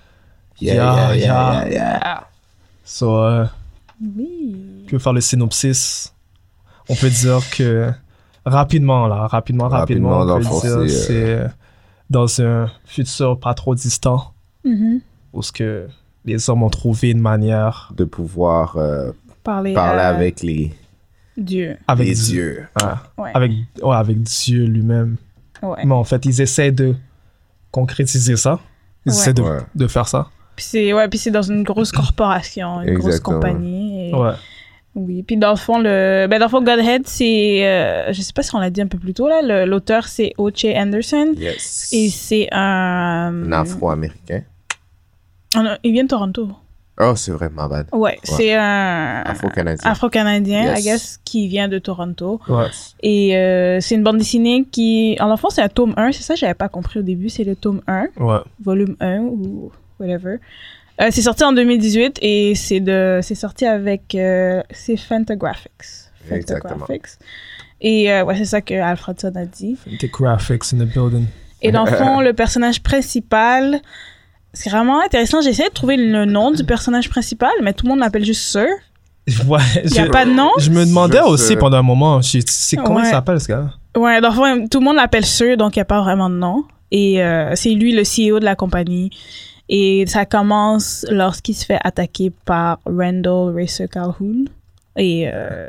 Yeah, yeah,
Yeah,
yeah,
yeah.
yeah.
Ah,
So, euh,
oui.
je vais faire le synopsis. On peut dire que rapidement, là, rapidement, rapidement,
Rapidement, dans
on
le
peut
fond,
dire
c'est,
c'est euh, dans un futur pas trop distant
Mhm.
où ce que les hommes ont trouvé une manière
De pouvoir euh,
Parler,
parler
à
avec les,
Dieu.
avec
les
Dieu,
dieux.
ouais,
Ouais.
avec ouais, avec Dieu lui-même.
Ouais.
Mais en fait, ils essaient de concrétiser ça. Ils
Ouais.
essaient de,
Ouais.
de faire ça.
Puis c'est, ouais, puis c'est dans une grosse corporation, une grosse
Exactement.
compagnie. et-
Ouais.
Oui, puis dans le fond, le, ben dans le fond, Godhead, c'est, euh, je sais pas si on l'a dit un peu plus tôt, là, le- l'auteur, c'est O J Anderson,
Yes.
et c'est un...
Un afro-américain.
un- Il vient de Toronto.
Oh, c'est vrai, ma bad.
Ouais, c'est un...
Afro-canadien.
Afro-canadien,
Yes.
I guess, qui vient de Toronto.
Ouais.
Et euh, c'est une bande dessinée qui... En fond, c'est un tome un, c'est ça, j'avais pas compris au début, c'est le tome un,
Ouais.
volume un, ou whatever. Euh, c'est sorti en deux mille dix-huit, et c'est de c'est sorti avec... euh, c'est Fantagraphics.
Exactement.
Fantagraphics. Et euh, ouais, c'est ça que Alfredson a dit.
The graphics in the building.
Et dans le fond, le personnage principal... C'est vraiment intéressant. J'ai essayé de trouver le nom du personnage principal, mais tout le monde l'appelle juste Sir.
Ouais.
Il n'y a
je-
pas de nom.
Je me demandais
Juste,
aussi
euh,
pendant un moment, je- c'est comment
Ouais.
il s'appelle ce gars?
Ouais, dans le fond, tout le monde l'appelle Sir, donc il n'y a pas vraiment de nom. Et euh, c'est lui le C E O de la compagnie. Et ça commence lorsqu'il se fait attaquer par Randall Racer Calhoun. Et, euh,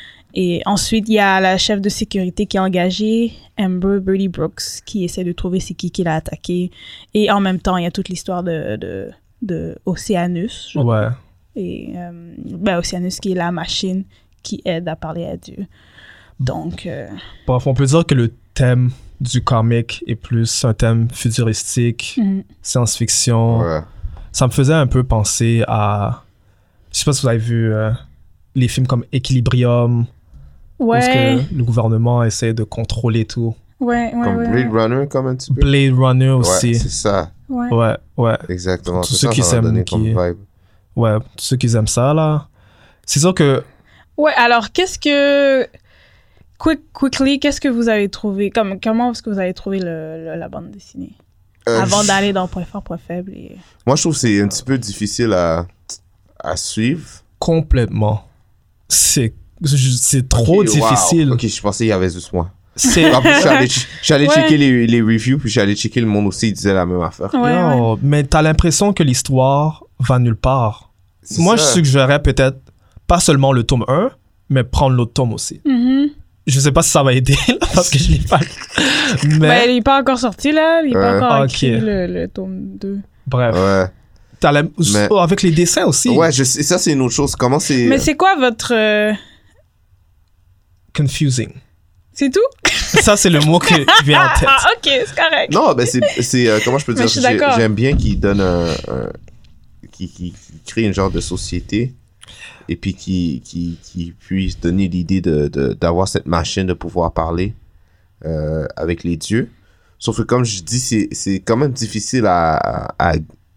et ensuite, il y a la chef de sécurité qui est engagée, Amber Birdie Brooks, qui essaie de trouver c'est qui qui l'a attaqué. Et en même temps, il y a toute l'histoire de, de, de Oceanus. je
Ouais.
Et euh, ben, Oceanus qui est la machine qui aide à parler à Dieu. Donc, euh,
Bref, on peut dire que le thème du comic est plus un thème futuristique,
mm,
science-fiction.
Ouais.
Ça me faisait un peu penser à... Je sais pas si vous avez vu euh, les films comme Equilibrium
Ouais.
Parce que le gouvernement essaie de contrôler tout.
Ouais, ouais,
Comme
ouais.
Blade Runner, comme un petit peu.
Blade Runner aussi.
Ouais, c'est ça.
Ouais.
Ouais, ouais.
Exactement.
Tous
C'est
ceux
ça,
qui
ça m'a donné
s'aiment,
comme
qui-
vibe.
Ouais, tous ceux qui aiment ça, là. C'est sûr que
Ouais, alors qu'est-ce que. Quick, quickly, qu'est-ce que vous avez trouvé? Comme, comment est-ce que vous avez trouvé le, le- la bande dessinée?
Euh,
Avant
je-
d'aller dans point fort, point faible. Et...
Moi, je trouve que c'est un petit peu difficile à, à suivre.
complètement, c'est c'est trop
Ok, wow.
difficile.
Ok, je pensais qu'il y avait juste moi.
C'est
En plus, je suis allé, je suis allé
Ouais.
checker les, les reviews, puis je suis allé checker le monde aussi, ils disaient la même affaire.
Ouais, ouais.
Yo, mais t'as l'impression que l'histoire va nulle part.
C'est
Moi,
ça.
je suggérerais peut-être pas seulement le tome un, mais prendre l'autre tome aussi.
Mhm.
Je sais pas si ça va aider, là, parce que je l'ai pas. Mais,
Ben, il n'est pas encore sorti, là. Il n'est pas
Ouais.
encore
Ok.
écrit, le, le tome deux.
bref.
Ouais.
T'as la-
Mais-
oh, avec les dessins aussi.
Ouais, je sais, ça, c'est une autre chose. Comment c'est.
Mais c'est quoi votre... euh,
Confusing.
C'est tout?
Ça, c'est le mot qui vient en tête.
Ah, ok, c'est correct.
Non, ben c'est. c'est euh, comment je peux
Mais
dire?
je suis
J'ai-
d'accord.
J'aime bien qu'il donne un. un- qui, qui, qui crée une genre de société. Et puis qui, qui, qui puisse donner l'idée de, de, d'avoir cette machine de pouvoir parler euh, avec les dieux. Sauf que, comme je dis, c'est, c'est quand même difficile à, à,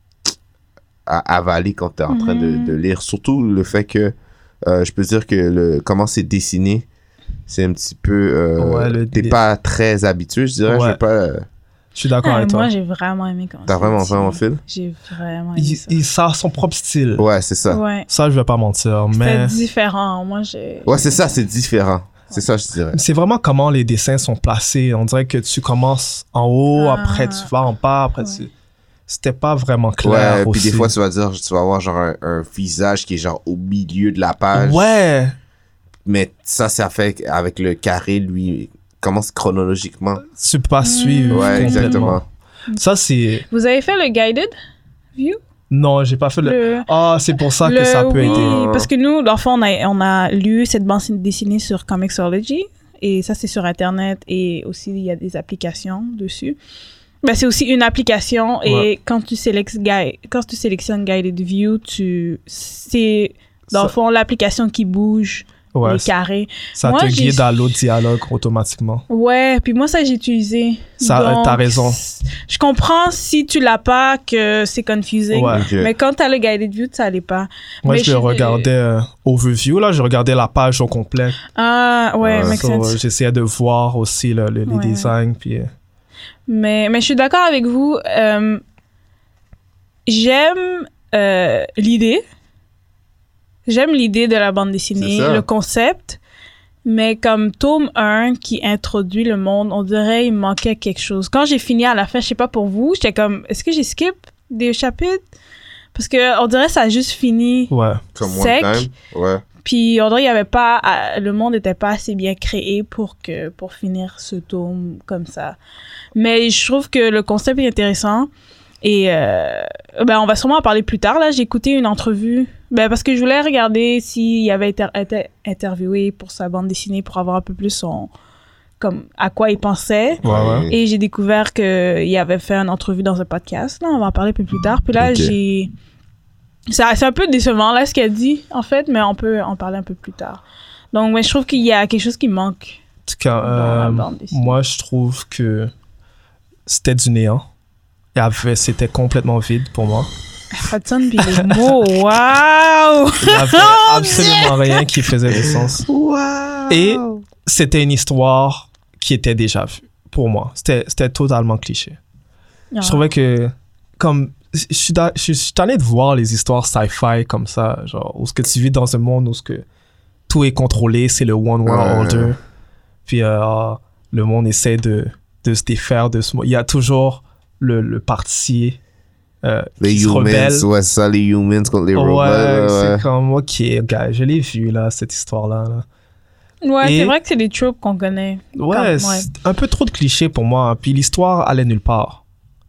à avaler quand tu es en train de,
Mhm.
de lire. Surtout le fait que euh, je peux dire que le, comment c'est dessiné, c'est un petit peu. Euh,
Ouais, le-
t'es
les-
pas très habitué, je dirais. Je
Ouais.
veux pas. euh,
Je suis d'accord
Ah,
avec
moi,
toi.
j'ai vraiment aimé quand
T'as
c'est
vraiment,
dessiné.
vraiment fait?
J'ai vraiment aimé
Il,
ça.
il ça a son propre style.
Ouais, c'est ça.
Ouais.
Ça, je vais pas mentir. Mais
C'était différent. Moi, j'ai...
Ouais, c'est ça, c'est différent. C'est ça, je dirais.
c'est vraiment comment les dessins sont placés. On dirait que tu commences en haut,
Ah.
après tu vas en bas, après
Ouais.
tu... C'était pas vraiment clair
Ouais, puis
aussi.
des fois, tu vas dire, tu vas avoir genre un, un visage qui est genre au milieu de la page.
Ouais,
Mais ça, ça fait avec le carré, lui, commence chronologiquement.
tu peux pas suivre
Ouais,
complètement.
exactement.
Ça, c'est...
Vous avez fait le guided view?
Non, j'ai pas fait le...
Le...
Ah, c'est pour ça que
Le-
ça peut
oui,
aider.
parce que nous, dans le fond, on a, on a lu cette bande dessinée sur Comixology, et ça, c'est sur Internet, et aussi, il y a des applications dessus. Ben, c'est aussi une application, et
Ouais.
quand, tu sélectes guide, quand tu sélectionnes Guided View, tu, c'est, dans
Ça-
le fond, l'application qui bouge
Ouais,
les
ça,
carrés.
ça
Moi,
te
j'ai-
guide à l'autre dialogue automatiquement.
Ouais, puis moi, ça, j'ai utilisé.
Ça,
Donc,
t'as raison.
Je comprends si tu l'as pas, que c'est confusing.
Ouais.
Ok.
Mais quand t'as le Guided View, ça allait pas.
Moi,
Mais
je le regardais euh, overview, là. Je regardais la page au complet.
Ah, ouais,
Ouais.
makes
So,
sense.
euh, j'essayais de voir aussi le- le- les
Ouais,
designs. Puis, euh,
Mais, mais je suis d'accord avec vous. euh, j'aime euh, l'idée. J'aime l'idée de la bande dessinée,
C'est ça.
le concept. Mais comme tome un qui introduit le monde, on dirait il manquait quelque chose. Quand j'ai fini à la fin, je sais pas pour vous, j'étais comme, est-ce que j'ai skip des chapitres? Parce que on dirait que ça a juste fini.
ouais.
Comme
sec.
one time. Ouais.
Puis on dirait qu'il y avait pas, à- le monde n'était pas assez bien créé pour que pour finir ce tome comme ça. Mais je trouve que le concept est intéressant et euh, ben on va sûrement en parler plus tard. Là, j'ai écouté une entrevue, ben parce que je voulais regarder s'il avait été inter- interviewé pour sa bande dessinée pour avoir un peu plus son comme à quoi il pensait.
Ouais, ouais.
Et j'ai découvert qu'il avait fait une entrevue dans un podcast. Là, on va en parler un peu plus tard. Puis là,
Ok.
j'ai... C'est c'est un peu décevant, là, ce qu'elle dit, en fait, mais on peut en parler un peu plus tard. Donc, mais je trouve qu'il y a quelque chose qui manque.
En tout cas,
Dans la
euh,
bande dessinée.
moi, je trouve que c'était du néant. Il y avait- C'était complètement vide pour moi.
Hudson, puis les mots, waouh!
Il y avait absolument rien qui faisait du sens. Et c'était une histoire qui était déjà vue, pour moi. C'était c'était totalement cliché. Je trouvais que, comme, je suis da- je suis tanné de voir les histoires sci-fi comme ça, genre, où ce que tu vis dans un monde où ce que tout est contrôlé, c'est le one world
Ouais.
order. Puis euh, le monde essaie de, de se défaire de ce monde. Il y a toujours le, le parti euh,
Les
qui se
humans,
rebelle.
ouais, c'est ça, les humans contre les robots.
Ouais,
Ouais, ouais.
c'est comme, ok, gars, je l'ai vu, là, cette histoire-là. Là.
Ouais,
Et-
c'est vrai que c'est des tropes qu'on connaît.
Ouais,
Comme- ouais.
c'est un peu trop de clichés pour moi. Puis l'histoire allait nulle part.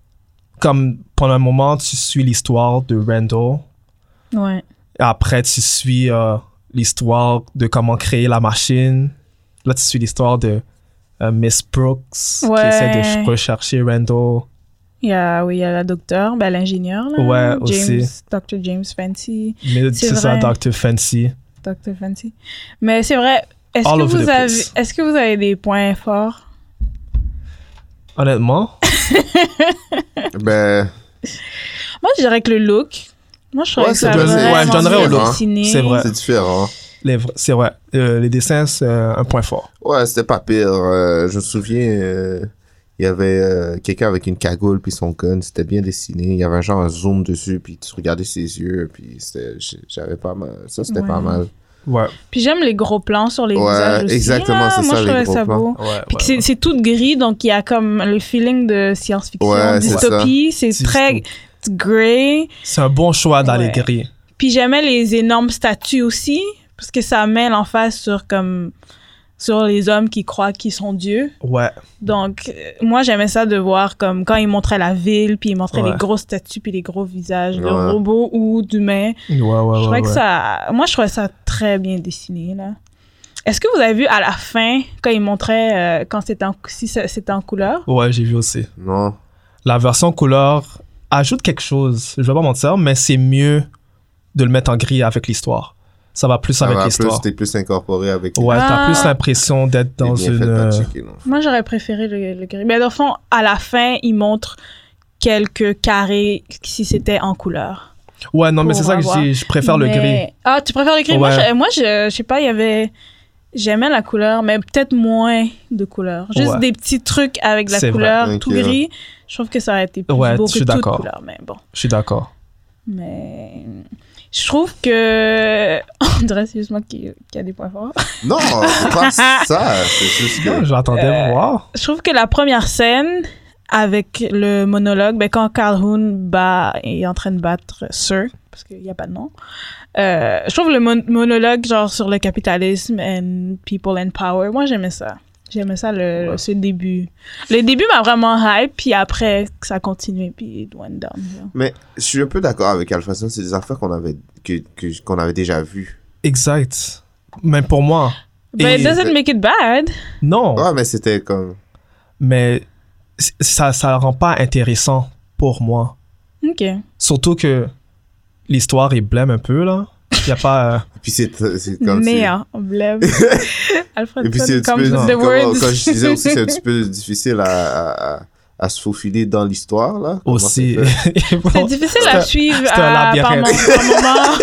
Comme pendant un moment, tu suis l'histoire de Randall.
Ouais.
Et après, tu suis euh, l'histoire de comment créer la machine. Là, tu suis l'histoire de euh, Miss Brooks qui
Ouais.
essaie de ch- rechercher Randall.
Il y a, oui, il y a la docteur, ben, l'ingénieur, là.
Ouais,
James,
aussi.
docteur James Fancy.
Mais
C'est
c'est ça,
vrai.
docteur Fancy.
docteur Fancy. Mais c'est vrai, Est-ce
all
que,
over
vous
the
avez,
place.
est-ce que vous avez des points forts?
Honnêtement,
Ben,
Moi, je dirais que le look. Moi, je trouvais
Ouais,
que
c'est
ça
vrai,
vraiment
c'est-
ouais, je donnerais
bien
au look.
dessiné.
C'est vrai.
c'est différent.
les vra- c'est vrai. Euh, les dessins, c'est un point fort.
Ouais, c'était pas pire. Euh, je me souviens, euh, il y avait euh, quelqu'un avec une cagoule puis son gun, c'était bien dessiné. Il y avait un genre un zoom dessus puis tu regardais ses yeux puis c'était, j'avais pas mal. Ça, c'était
Ouais.
pas mal.
Ouais.
Puis j'aime les gros plans sur les
Ouais,
visages aussi.
exactement,
là.
c'est
Moi,
ça,
je
les
trouvais
gros
ça
plans.
beau.
Ouais,
Puis que
ouais,
c'est, c'est tout gris, donc il y a comme le feeling de science-fiction,
Ouais, c'est
dystopie. C'est,
Dysto-
très grey.
C'est un bon choix d'aller
Ouais.
gris.
Puis j'aimais les énormes statues aussi, parce que ça met l'emphase sur comme sur les hommes qui croient qu'ils sont dieux.
Ouais.
Donc euh, moi j'aimais ça de voir comme quand ils montraient la ville, puis ils montraient
Ouais.
les grosses statues puis les gros visages de
Ouais.
robots ou d'humains.
Ouais, ouais, ouais.
Je trouvais que
ouais.
ça, moi je trouvais ça très bien dessiné là. Est-ce que vous avez vu à la fin quand ils montraient euh, quand c'était en, si ça- c'était en couleur?
Ouais, j'ai vu aussi.
Non.
La version couleur ajoute quelque chose. Je vais pas mentir, mais c'est mieux de le mettre en gris avec l'histoire. Ça va plus
Ça
avec
va
l'histoire.
plus, t'es plus incorporé avec
Ouais, t'as
Ah.
plus l'impression d'être
les
dans
bienfaits
une.
de
euh,
Patrick, non.
Moi j'aurais préféré le, le gris. Mais dans le fond à la fin ils montrent quelques carrés si c'était en couleur.
Ouais, non, mais
Pour
c'est ça que
avoir.
je dis. Je préfère le
Mais-
gris.
Ah, tu préfères le gris? Moi,
Ouais.
je, moi je, je sais pas, il y avait... J'aimais la couleur, mais peut-être moins de couleur. Juste
Ouais.
des petits trucs avec la
C'est vrai.
couleur,
Ok.
tout gris. Je trouve que ça aurait été plus
Ouais,
beau
je
que
suis
toute
d'accord.
couleur, mais bon.
Je suis d'accord.
Mais... Je trouve que... On dirait que c'est juste moi qui, qui a des points forts.
Non, c'est pas ça. C'est juste que.
Je l'attendais
Euh,
voir.
Je trouve que la première scène, avec le monologue, ben, quand Calhoun bat, est en train de battre Sir, parce qu'il n'y a pas de nom, euh, je trouve le mon- monologue genre sur le capitalisme and people and power, moi j'aimais ça. J'aimais ça, le,
Ouais.
ce début. Le début m'a vraiment hype, puis après, ça a continué, puis it went down. genre.
Mais je suis un peu d'accord avec Alphason, c'est des affaires qu'on avait, que, que- qu'on avait déjà vues.
Exact. Mais pour moi,
But
Et-
it doesn't make it bad.
non.
Ouais, mais c'était comme.
Mais c- ça ça rend pas intéressant pour moi.
OK.
Surtout que l'histoire est blême un peu, là. Il y a pas... euh,
Puis c'est, c'est comme.
Mais,
c'est-
hein, blême. Alfred
Et puis c'est un petit
comes
peu.
with the
Comme,
words.
comme je disais aussi, c'est un petit peu difficile à, à, à, à se faufiler dans l'histoire, là. Comment
aussi.
c'est fait.
Bon,
C'est difficile à
c'est un-
suivre
c'est un
à, par,
labyrinthe.
mo- par moment.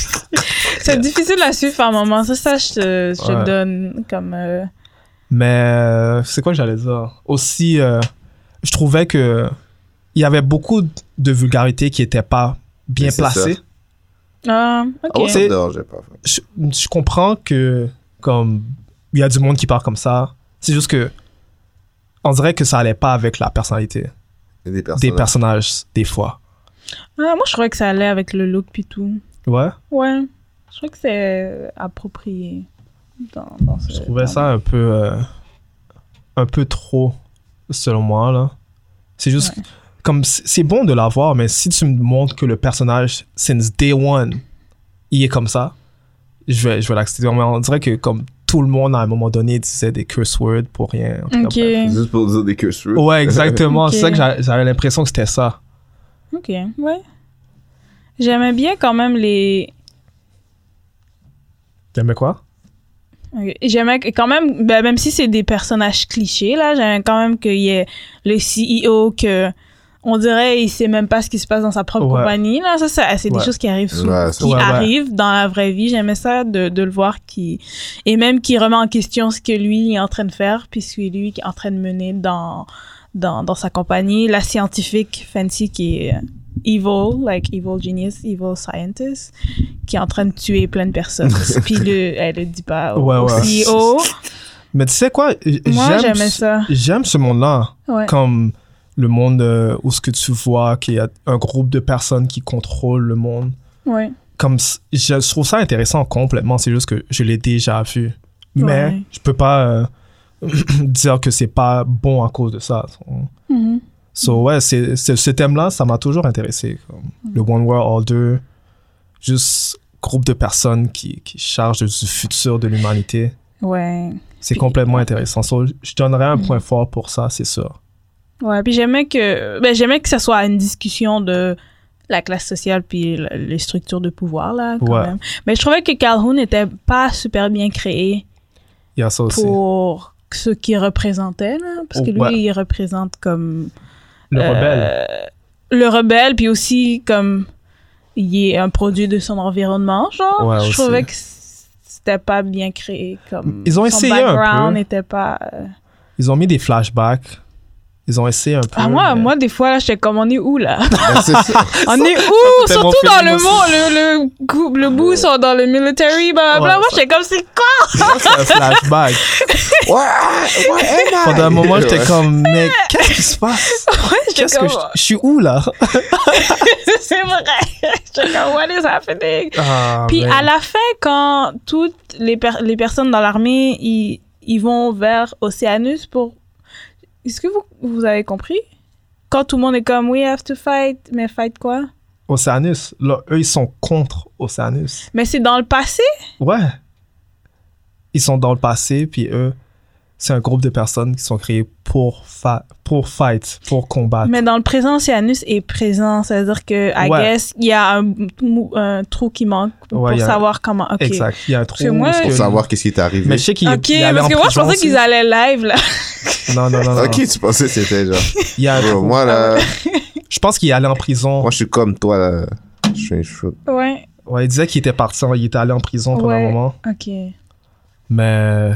C'est difficile à suivre par moment. Ça, ça je te, je te
Ouais.
donne comme... euh,
Mais euh, c'est quoi que j'allais dire? Aussi, euh, je trouvais que il y avait beaucoup de vulgarité qui n'était pas bien
Mais c'est
placée.
ça.
Ah,
Ah
ok.
ouais, ça me dérangeait pas.
Je, je comprends que comme il y a du monde qui parle comme ça. C'est juste que on dirait que ça allait pas avec la personnalité
Il y a des personnes.
des personnages des fois.
Ah, moi, je trouvais que ça allait avec le look puis tout.
Ouais.
Ouais. Je trouvais que c'est approprié dans, dans ce...
Je trouvais
dans-
ça un peu euh, un peu trop selon moi là. C'est juste
Ouais.
comme c'est c'est bon de l'avoir, mais si tu me montres que le personnage since day one il est comme ça, je vais je vais l'accepter. Mais on dirait que comme tout le monde à un moment donné disait des curse words pour rien. En tout cas,
Ok.
bref.
Juste pour dire des curse words.
Ouais, exactement.
Ok.
C'est ça que j'a- j'avais l'impression que c'était ça.
Ok, ouais. J'aimais bien quand même les...
T'aimais quoi?
Ok. J'aimais que- quand même, ben, même si c'est des personnages clichés, là, j'aimais quand même qu'il y ait le C E O que... On dirait il sait même pas ce qui se passe dans sa propre
Ouais.
compagnie. Là. Ça, ça c'est des
Ouais.
choses qui arrivent sous,
Ouais, ça-
qui
Ouais, ouais.
arrivent dans la vraie vie. J'aimais ça de, de le voir qui et même qui remet en question ce que lui est en train de faire, puis ce que lui est en train de mener dans dans, dans sa compagnie. La scientifique Fancy qui est evil, like evil genius, evil scientist, qui est en train de tuer plein de personnes. Puis le, elle le dit pas au,
Ouais,
au
ouais.
C E O.
Mais tu sais quoi? J-
Moi,
j'aime
j'aimais
ce-
ça.
J'aime ce monde-là.
Ouais.
Comme le monde euh, où ce que tu vois qu'il y a un groupe de personnes qui contrôlent le monde.
Ouais.
Comme c- je trouve ça intéressant complètement, c'est juste que je l'ai déjà vu. Mais
Ouais.
je peux pas euh, dire que c'est pas bon à cause de ça.
Mhm.
So ouais, c'est, c'est- ce thème-là, ça m'a toujours intéressé. Comme le One World Order, juste groupe de personnes qui, qui chargent du futur de l'humanité.
Ouais.
C'est
Puis-
complètement intéressant. So, je donnerais un point fort pour ça, c'est sûr.
Ouais, puis j'aimais que ben j'aimais que ça soit une discussion de la classe sociale puis le- les structures de pouvoir là quand
Ouais.
même. Mais je trouvais que Calhoun n'était pas super bien créé.
Il y a ça aussi.
pour ce qu'il représentait, là, parce que lui,
Ouais.
il représente comme...
Le
euh,
rebelle.
Le rebelle, puis aussi comme il est un produit de son environnement, genre.
Ouais,
je
aussi.
trouvais que c'était pas bien créé, comme
Ils ont
son
essayé un
background
peu.
n'était pas... euh,
Ils ont mis des flashbacks. Ils ont essayé un peu.
Ah, moi,
mais-
moi, des fois, là, j'étais comme, on est où, là?
Ben, c'est ça.
On est où?
c'était mon
Surtout dans
feeling
le
aussi.
monde, le, le, groupe- le bout, ils sont dans le military, blablabla.
Ouais,
moi,
ça-
j'étais comme, c'est quoi?
C'est un flashback.
Ouais, ouais,
Pendant un moment, j'étais
Ouais.
comme, mais qu'est-ce qui se passe?
Ouais, j'étais
Qu'est-ce
comme,
que je, je suis où là?
c'est vrai. J'étais comme, what is happening?
Ah,
Puis
man.
à la fin, quand toutes les, per- les personnes dans l'armée, ils, ils vont vers Oceanus pour... Est-ce que vous, vous avez compris? Quand tout le monde est comme, we have to fight, mais fight quoi?
Oceanus, là, eux, ils sont contre Oceanus.
Mais c'est dans le passé?
Ouais. Ils sont dans le passé, puis eux, c'est un groupe de personnes qui sont créées pour, fa- pour fight, pour combattre.
Mais dans le présent, Oceanus est présent. Ça veut dire que, I
Ouais.
guess, il y a un, mou- un trou qui manque pour
Ouais, il y a-
savoir comment... OK.
Exact. Il y a un trou.
que moi-
où est-ce
Pour
que-
savoir qu'est-ce qui est arrivé.
Mais je sais qu'il
OK,
il allait
parce
en
que moi, je
prison
pensais qu'ils
aussi.
allaient live, là.
Non, non, non. non.
Ok, tu pensais que c'était genre.
Il y a un
Bro,
trou.
moi, là,
Je pense qu'il allait en prison.
moi, je suis comme toi, là. Je suis un chou.
Ouais,
Ouais, il disait qu'il était parti, il était allé en prison pendant
Ouais.
un moment.
OK.
Mais.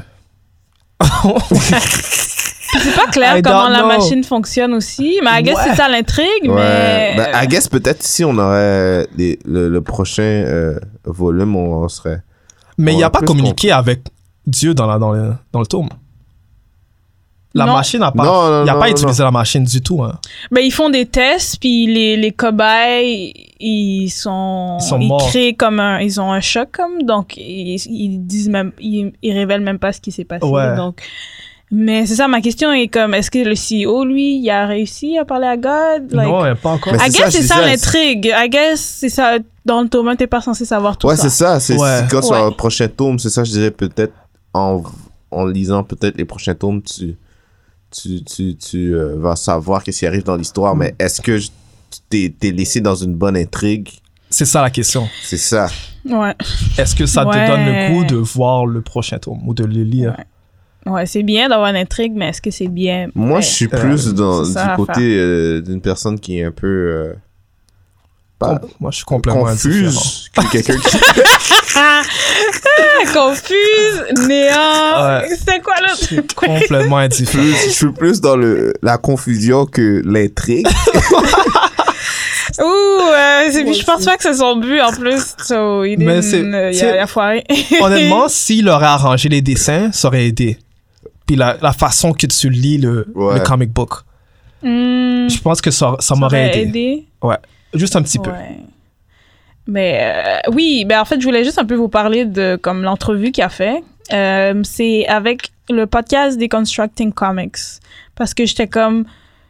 C'est pas clair
I
comment
don't
la
know.
machine fonctionne aussi, mais I guess
Ouais.
c'est ça l'intrigue,
Ouais.
mais...
Ben, I guess peut-être si on aurait les- le, le prochain euh, volume, on, on serait.
Mais il
On
n'a
a
pas
plus
communiqué avec Dieu dans, la, dans, le, dans le tome. La
Non.
machine n'a pas,
Non, non,
il a
non,
pas
non,
utilisé la machine du tout. Hein.
Ben, ils font des tests, puis les, les cobayes, ils sont...
Ils sont morts.
créent comme un... Ils ont un choc, comme, donc ils, ils disent même... Ils, ils révèlent même pas ce qui s'est passé,
Ouais.
donc... Mais c'est ça, ma question est comme, est-ce que le C E O, lui, il a réussi à parler à God? Like,
non, il n'y a pas encore.
Mais
I
c'est
guess
ça,
c'est
c'est
ça,
ça.
l'intrigue. I guess c'est ça. Dans le tome un, t'es pas censé savoir tout
Ouais,
ça.
c'est ça. C'est
Ouais.
c'est quand tu
Ouais.
as le prochain tome, c'est ça, je dirais peut-être en, en lisant peut-être les prochains tomes, tu, tu, tu, tu euh, vas savoir qu'est-ce qui arrive dans l'histoire. Mais est-ce que je- tu t'es, t'es laissé dans une bonne intrigue?
C'est ça la question.
C'est ça.
Ouais.
Est-ce que ça
Ouais.
te donne le goût de voir le prochain tome ou de le lire?
Ouais. Ouais, c'est bien d'avoir une intrigue, mais est-ce que c'est bien...
Moi,
Ouais.
je suis
Euh,
plus dans,
c'est ça,
du
l'affaire.
côté euh, d'une personne qui est un peu euh, pas
Com- Moi, je suis complètement indifférent.
confuse que quelqu'un qui...
Ah, confuse, néant...
Ouais.
C'était quoi
Je
l'autre?
suis complètement indifférent.
Plus- je suis plus dans le, la confusion que l'intrigue.
Ouh, euh, c'est- je pense pas que c'est son but, en plus. So, il,
Mais
est,
c'est-
il, a,
c'est-
il a foiré.
Honnêtement, s'il aurait arrangé les dessins, ça aurait aidé. Puis la, la façon que tu lis le,
Ouais.
le comic book,
Hmm,
je pense que ça, ça
ça
m'aurait
aurait
aidé. Ouais, juste un petit peu.
Ouais. Mais euh, oui, ben en fait, je voulais juste un peu vous parler de comme l'entrevue qu'il a fait. Euh, c'est avec le podcast Deconstructing Comics. Parce que j'étais comme,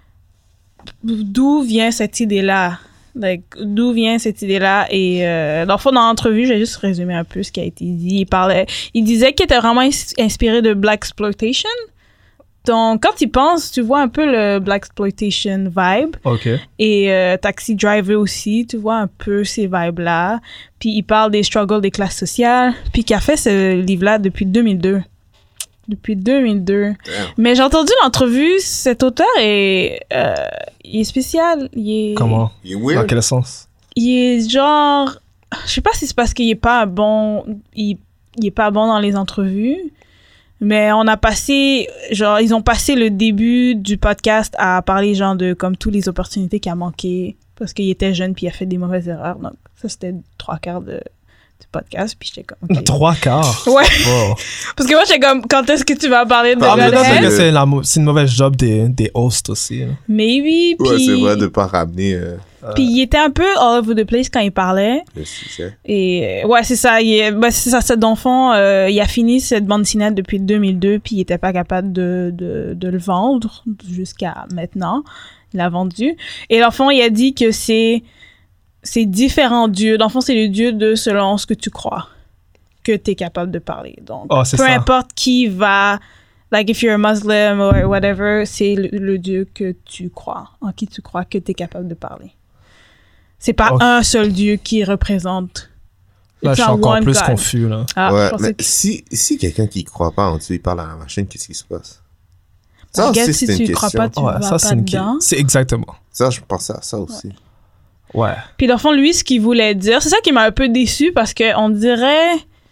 d'où vient cette idée-là? Like, d'où vient cette idée-là? Et euh, dans le fond, dans l'entrevue, j'ai juste résumé un peu ce qui a été dit. Il parlait, il disait qu'il était vraiment ins- inspiré de Blaxploitation. Donc, quand tu penses, tu vois un peu le Blaxploitation vibe.
OK.
Et euh, Taxi Driver aussi, tu vois un peu ces vibes-là. Puis il parle des struggles des classes sociales. Puis qui a fait ce livre-là depuis deux mille deux. Depuis deux mille deux. Mais j'ai entendu l'entrevue, cet auteur est, euh, il est spécial. Il est,
Comment?
Il est
Dans
weird.
quel sens?
il est genre, je sais pas si c'est parce qu'il est pas bon, il, il est pas bon dans les entrevues. Mais on a passé, genre, ils ont passé le début du podcast à parler, genre, de comme toutes les opportunités qu'il a manqué parce qu'il était jeune puis il a fait des mauvaises erreurs. Donc, ça, c'était trois quarts de, du podcast. Puis j'étais comme, OK.
Trois quarts.
Ouais.
Wow.
Parce que moi, j'étais comme, quand est-ce que tu vas parler de
Ah, mais non, c'est
Godhead?
que c'est la mau- c'est une mauvaise job des, des hosts aussi. hein.
Mais oui, puis...
Ouais, c'est vrai de pas ramener euh,
Puis il était un peu all over the place quand il parlait.
le sujet.
Et euh, ouais, c'est ça. Il est, bah, c'est ça, cet enfant, euh, il a fini cette bande dessinée depuis deux mille deux, puis il était pas capable de, de, de le vendre jusqu'à maintenant. Il l'a vendu. Et l'enfant, il a dit que c'est, c'est différents dieux. Dans le fond, c'est le dieu de selon ce que tu crois que tu es capable de parler. Donc,
Oh, c'est
peu
ça.
importe qui va, like if you're a Muslim or whatever, c'est le, le dieu que tu crois, en qui tu crois que tu es capable de parler. C'est pas
Ok.
un seul dieu qui représente
Là, je
It's
suis
not
encore
one
plus
God.
confus, là.
Ah,
ouais,
je pensais
mais
que...
si, si quelqu'un qui croit pas en Dieu, il parle à la machine, qu'est-ce qui se passe?
I
Ça
guess
aussi,
si
c'est
tu
une
crois
question.
pas, tu
Ouais,
vas
ça,
pas
c'est une...
dedans.
C'est exactement.
Ça, je pensais à ça aussi.
Ouais.
Puis dans le fond, lui, ce qu'il voulait dire, c'est ça qui m'a un peu déçu parce que on dirait,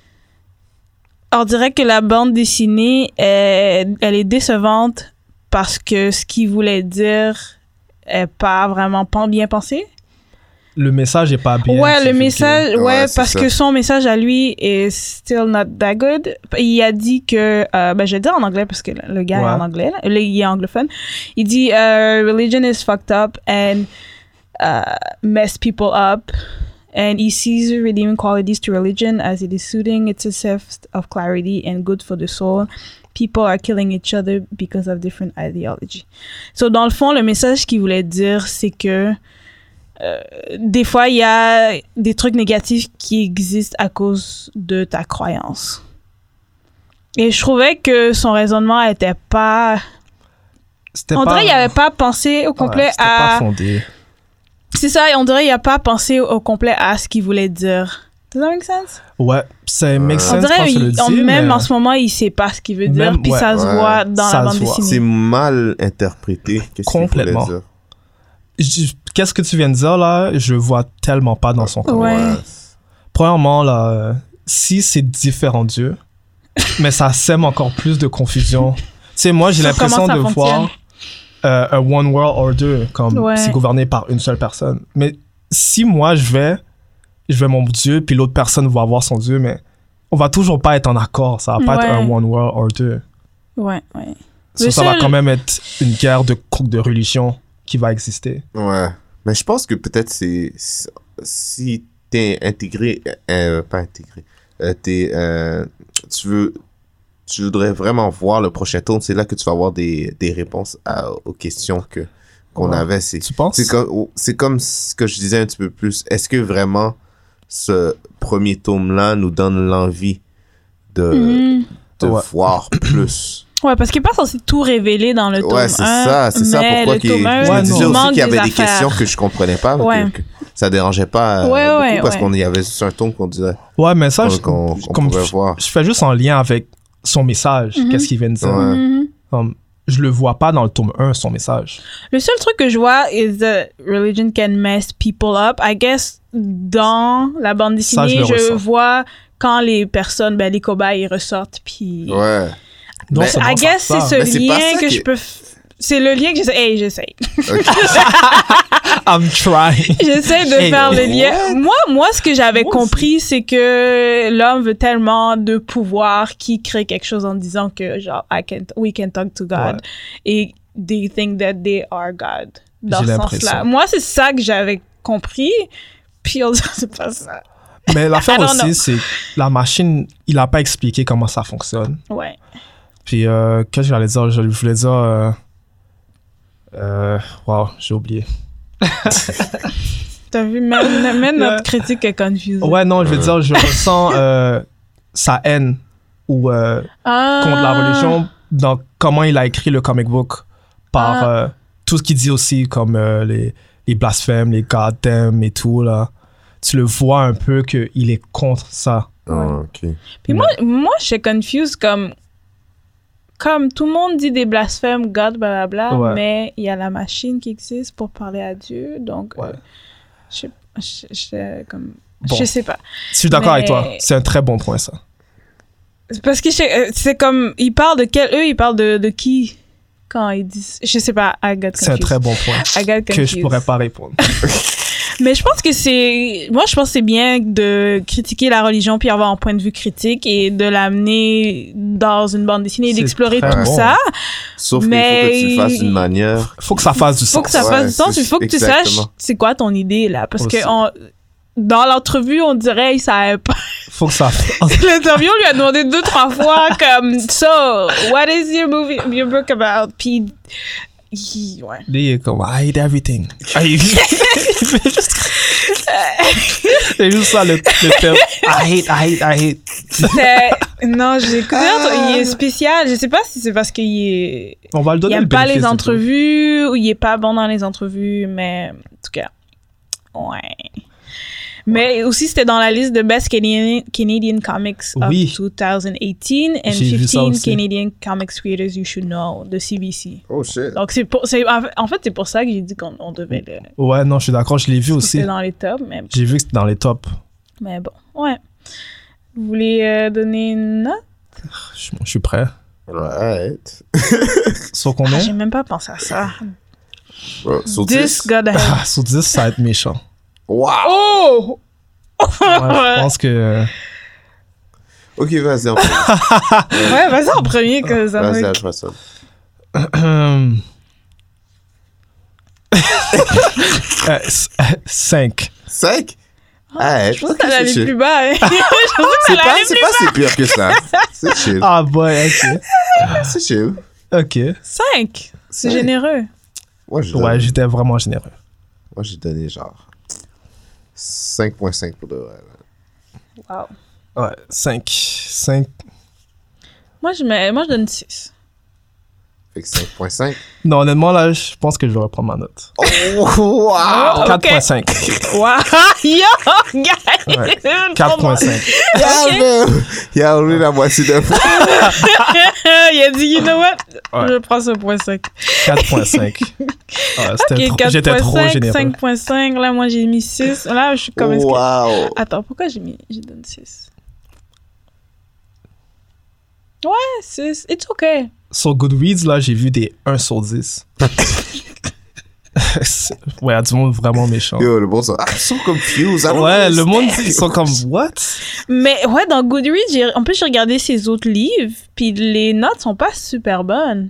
on dirait que la bande dessinée, elle, elle est décevante parce que ce qu'il voulait dire est pas vraiment pas bien pensé.
Le message est pas bien.
Ouais, le
divulgué.
message, ouais,
Ouais, c'est
parce
ça.
que son message à lui est still not that good. Il a dit que, euh, ben, je vais dire en anglais parce que le le gars
Ouais.
est en anglais, là. Là, il est anglophone. Il dit, euh, religion is fucked up and uh, mess people up. And he sees redeeming qualities to religion as it is soothing, it's a sense of clarity and good for the soul. People are killing each other because of different ideology. So, dans le fond, le message qu'il voulait dire, c'est que euh, des fois, il y a des trucs négatifs qui existent à cause de ta croyance. Et je trouvais que son raisonnement était pas...
C'était
On
pas...
dirait qu'il n'avait pas pensé au complet
Ouais, c'était pas
à...
fondé.
C'est ça, on dirait qu'il n'a pas pensé au complet à ce qu'il voulait dire. Does that make sense?
Ouais, ça make
On
sense
On dirait
quand tu le
il-
dis,
on- même
mais...
en ce moment, il sait pas ce qu'il veut dire,
Même-
puis
ouais,
ça se
ouais,
voit dans
ça
la
se
bande
voit.
C'est
dessinée.
mal interprété. Qu'est-ce qu'il voulait
Complètement.
dire?
Je- Qu'est-ce que tu viens de dire, là? Je vois tellement pas dans son corps.
Ouais.
Premièrement, là, euh, si c'est différents dieux, mais ça sème encore plus de confusion. Tu sais, moi, j'ai
Sur
l'impression
comment ça
de
fonctionne.
voir euh, un one world order, comme
Ouais.
c'est gouverné par une seule personne. Mais si moi, je vais, je vais mon dieu, puis l'autre personne va avoir son dieu, mais on va toujours pas être en accord. Ça va pas
Ouais.
être un one world order.
Ouais, ouais.
Ça,
Le
ça va
seul-
quand même être une guerre de, de religion qui va exister.
Ouais. Mais je pense que peut-être c'est... c'est- Si t'es intégré... Euh, pas intégré. Euh, t'es... Euh, tu veux... Tu voudrais vraiment voir le prochain tour, c'est là que tu vas avoir des, des réponses à- aux questions que qu'on
Ouais.
avait. C'est,
Tu penses?
c'est comme, c'est comme ce que je disais un petit peu plus. Est-ce que vraiment ce premier tome-là nous donne l'envie de,
Mhm.
de
Ouais.
voir plus?
Ouais, parce qu'il n'est pas censé tout révéler dans le tome
Ouais, c'est
un,
ça, c'est ça
mais
pourquoi
le
qu'il-
tome un,
je me
Ouais,
disais
non.
il
aussi
manque
qu'il y avait
des
des
affaires.
questions que je comprenais pas,
Ouais.
que, que ça dérangeait pas euh,
Ouais,
beaucoup
ouais,
parce
ouais.
qu'on y avait juste un tome qu'on disait
Ouais, mais ça,
qu'on,
je,
qu'on, qu'on
comme
pouvait
je,
voir.
je fais juste en lien avec son message.
Mhm.
Qu'est-ce qu'il vient de dire?
Ouais.
Mhm.
Comme, je le vois pas dans le tome un, son message.
Le seul truc que je vois is that religion can mess people up. I guess dans la bande
Ça,
dessinée,
je
je,
le ressens.
vois quand les personnes, ben, les cobayes, ils ressortent, puis...
Ouais.
Non,
Mais-
c'est
I
bon, ça-
guess c'est
ça.
ce
Mais c'est pas
lien
ça
que
qui-
je peux... f- C'est le lien que j'essaie... Hey, j'essaie.
Ok.
I'm trying.
J'essaie de
Hey,
faire le
what?
lien. Moi, moi, ce que j'avais
Moi
compris, c'est que l'homme veut tellement de pouvoir qu'il crée quelque chose en disant que, genre, I can, we can talk to God.
Ouais.
Et they think that they are God. Dans
J'ai
ce
l'impression.
sens-là. Moi, c'est ça que j'avais compris. Puis on dirait que c'est pas ça.
Mais l'affaire
I don't know.
aussi, c'est la machine, il a pas expliqué comment ça fonctionne.
Ouais.
Puis, euh, qu'est-ce que j'allais dire? Je voulais dire... Euh, euh, wow, j'ai oublié.
T'as vu, même, même notre
Ouais.
critique est confuse.
Ouais, non, je veux dire, je ressens euh, sa haine ou euh,
Ah.
contre la religion dans comment il a écrit le comic book par
Ah.
euh, tout ce qu'il dit aussi, comme euh, les, les blasphèmes, les goddamn et tout, là. Tu le vois un peu qu'il est contre ça.
Ah, ok.
Puis moi, moi, je suis confuse comme... Comme tout le monde dit des blasphèmes, God, blablabla,
Ouais.
mais il y a la machine qui existe pour parler à Dieu, donc...
Ouais.
euh, je sais je, je, comme,
Bon.
je sais pas.
Je suis d'accord
Mais-
avec toi. C'est un très bon point, ça.
Parce que je sais- euh, c'est comme... Ils parlent de quel... Eux, ils parlent de, de qui quand ils disent... Je sais pas, I got confused.
C'est un très bon point
I got
que
confused.
je pourrais pas répondre.
Mais je pense que c'est... Moi, je pense que c'est bien de critiquer la religion puis avoir un point de vue critique et de l'amener dans une bande dessinée et
C'est
d'explorer
très
tout
bon.
ça.
Sauf
Mais-
qu'il faut que tu le fasses d'une manière.
Faut que ça fasse du
Faut
sens.
que ça
Ouais,
fasse du sens.
c'est-
Il faut que tu
exactement.
saches c'est quoi ton idée, là. Parce
Aussi.
que on- dans l'entrevue, on dirait qu'il savait pas.
Faut que ça fasse.
L'interview, on lui a demandé deux, trois fois comme « So, what is your movie, your book about? » Puis, il- ouais.
Lui, il est comme, I hate everything. I C'est juste ça le, le terme. I hate, I hate, I hate.
C'est- Non, j'ai écouté l'entre- il est spécial. Je sais pas si c'est parce qu'il est...
On va le
Il
donner
aime
le
pas
bénéfice
les
du doute.
entrevues ou il est pas bon dans les entrevues, mais en tout cas, ouais. Mais aussi, c'était dans la liste de Best Canadian, Canadian Comics
Oui.
of twenty eighteen and
J'ai vu ça
fifteen
aussi.
Canadian Comics Creators You Should Know de C B C.
Oh shit.
Donc, c'est pour, c'est, en fait- en fait, c'est pour ça que j'ai dit qu'on on devait le
Ouais, non, je suis d'accord, je l'ai vu aussi.
c'était dans les tops. Mais,
J'ai vu que c'était dans les tops.
mais bon, ouais. Vous voulez euh, donner une note?
Je, je suis prêt.
Right.
Sur
Ah,
combien?
j'ai même pas pensé à ça.
Bro, sur
dix,
dix?
God ahead.
Ah, sur dix, ça va être méchant.
Wow.
Oh!
Ouais, je pense que...
Ok, vas-y. En fait.
Ouais, vas-y en premier que ça
Vas-y,
me...
je vois ça.
euh, cinq.
cinq? Ah,
Je pense que ça allait aller plus bas. Hein. Je pensais que
C'est
ça allait
pas,
aller
c'est
plus
pas
bas.
si pire que ça. C'est chill.
Ah, boy, ok.
C'est chill.
Ok.
cinq. C'est
Cinq.
généreux.
Moi, j'ai
Ouais,
donné,
j'étais vraiment généreux.
moi, j'ai donné genre cinq virgule cinq pour de vrai. là.
Wow.
Ouais, cinq. cinq.
Moi, je, mets, moi, je donne six.
Fait que cinq virgule cinq.
Non, honnêtement, là, je pense que je vais reprendre ma note.
Oh, wow!
Oh,
quatre virgule
ok.
cinq.
Wow! Yo, guys!
Ouais.
C'est même
quatre
trop
virgule cinq.
Yeah, man. Il a enlevé la moitié de fois.
Il a dit, you know what?
Ouais.
Je prends ce point cinq.
quatre virgule cinq. Ouais, c'était
Ok,
trop- J'étais trop généreux.
cinq virgule cinq. Là, moi, j'ai mis six. Là, je suis comme... est-ce que-
Wow!
Attends, pourquoi j'ai mis... J'ai donné six? Ouais, six. It's okay.
Sur Goodreads, là, j'ai vu des un sur dix. C'est- ouais, il y a du monde vraiment méchant.
Yo, le bon sont, ah, ils sont confused. I don't
Ouais, le monde,
understand.
ils sont comme, what?
Mais ouais, dans Goodreads, j'ai... en plus, j'ai regardé ses autres livres, puis les notes sont pas super bonnes.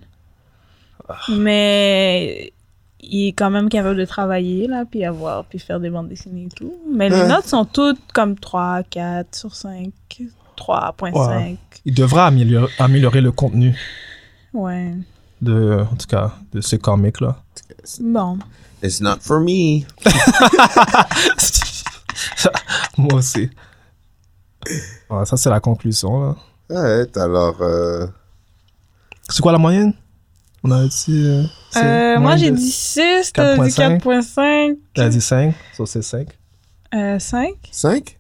Mais il est quand même capable de travailler, là, puis avoir, puis faire des bandes dessinées et tout. Mais les
Ouais.
notes sont toutes comme trois, quatre sur cinq, trois virgule cinq.
Ouais. Il devra améliorer, améliorer le contenu
Ouais.
de, en tout cas, de ce comic-là.
Bon.
It's not for me.
Moi aussi. Ouais, ça, c'est la conclusion, là.
Ouais, alors, euh,
C'est quoi la moyenne? On a dit... euh, c'est
Euh, moi,
moyenne
j'ai
de-
dit six, t'as dit
quatre virgule cinq.
quatre virgule cinq.
T'as dit cinq, ça c'est cinq.
Euh, cinq?
cinq?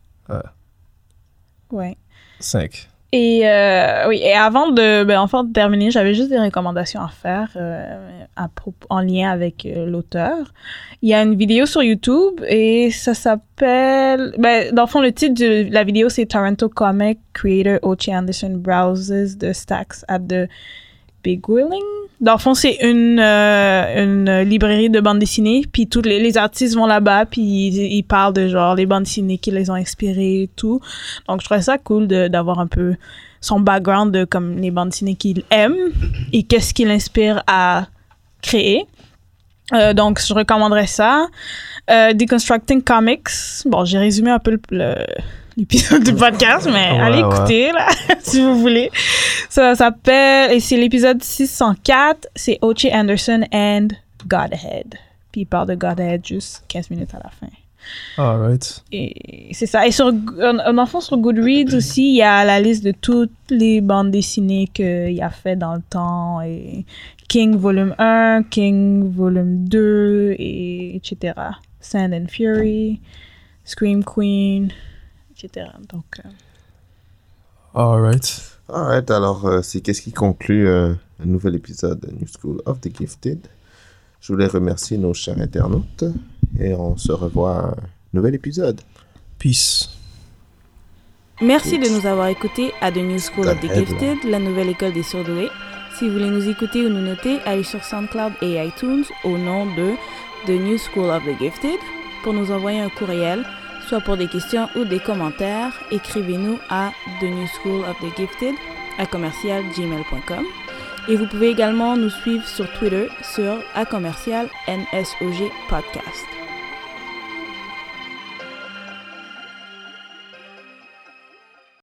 Ouais.
cinq.
Et euh, oui, et avant de, ben, enfin, de terminer, j'avais juste des recommandations à faire euh, à propos, en lien avec euh, l'auteur. Il y a une vidéo sur YouTube et ça s'appelle... Ben, dans le fond, le titre de la vidéo, c'est Toronto Comic Creator Ochi Anderson Browses the Stacks at the Big Willing. Dans le fond, c'est une, euh, une librairie de bandes dessinées, puis tous les, les artistes vont là-bas, puis ils, ils parlent de genre les bandes dessinées qui les ont inspirées et tout. Donc, je trouvais ça cool de, d'avoir un peu son background de comme les bandes dessinées qu'il aime et qu'est-ce qui l'inspire à créer. Euh, donc, je recommanderais ça. Euh, Deconstructing Comics. Bon, j'ai résumé un peu le, le- l'épisode du podcast, mais
Ouais,
allez
ouais.
écouter, là, si vous voulez. Ça s'appelle, et c'est l'épisode six cent quatre, c'est Ochi Anderson and Godhead. Puis il parle de Godhead juste quinze minutes à la fin.
Alright.
Et c'est ça. Et sur, en, en enfant, sur Goodreads aussi, il y a la liste de toutes les bandes dessinées qu'il a fait dans le temps. Et King volume un, King volume deux, et etc. Sand and Fury, Scream Queen, et cetera. Donc, euh,
Alright.
Alright, alors, euh, c'est qu'est-ce qui conclut euh, un nouvel épisode de New School of the Gifted. Je voulais remercier nos chers internautes et on se revoit à un nouvel épisode.
Peace.
merci de nous avoir écoutés à The New School of the
Godhead,
Gifted, la nouvelle école des surdoués. Si vous voulez nous écouter ou nous noter, allez sur SoundCloud et iTunes au nom de The New School of the Gifted. Pour nous envoyer un courriel, soit pour des questions ou des commentaires, écrivez-nous à The New School of the Gifted à commercial gmail point com. Et vous pouvez également nous suivre sur Twitter sur à commercial N S O G Podcast.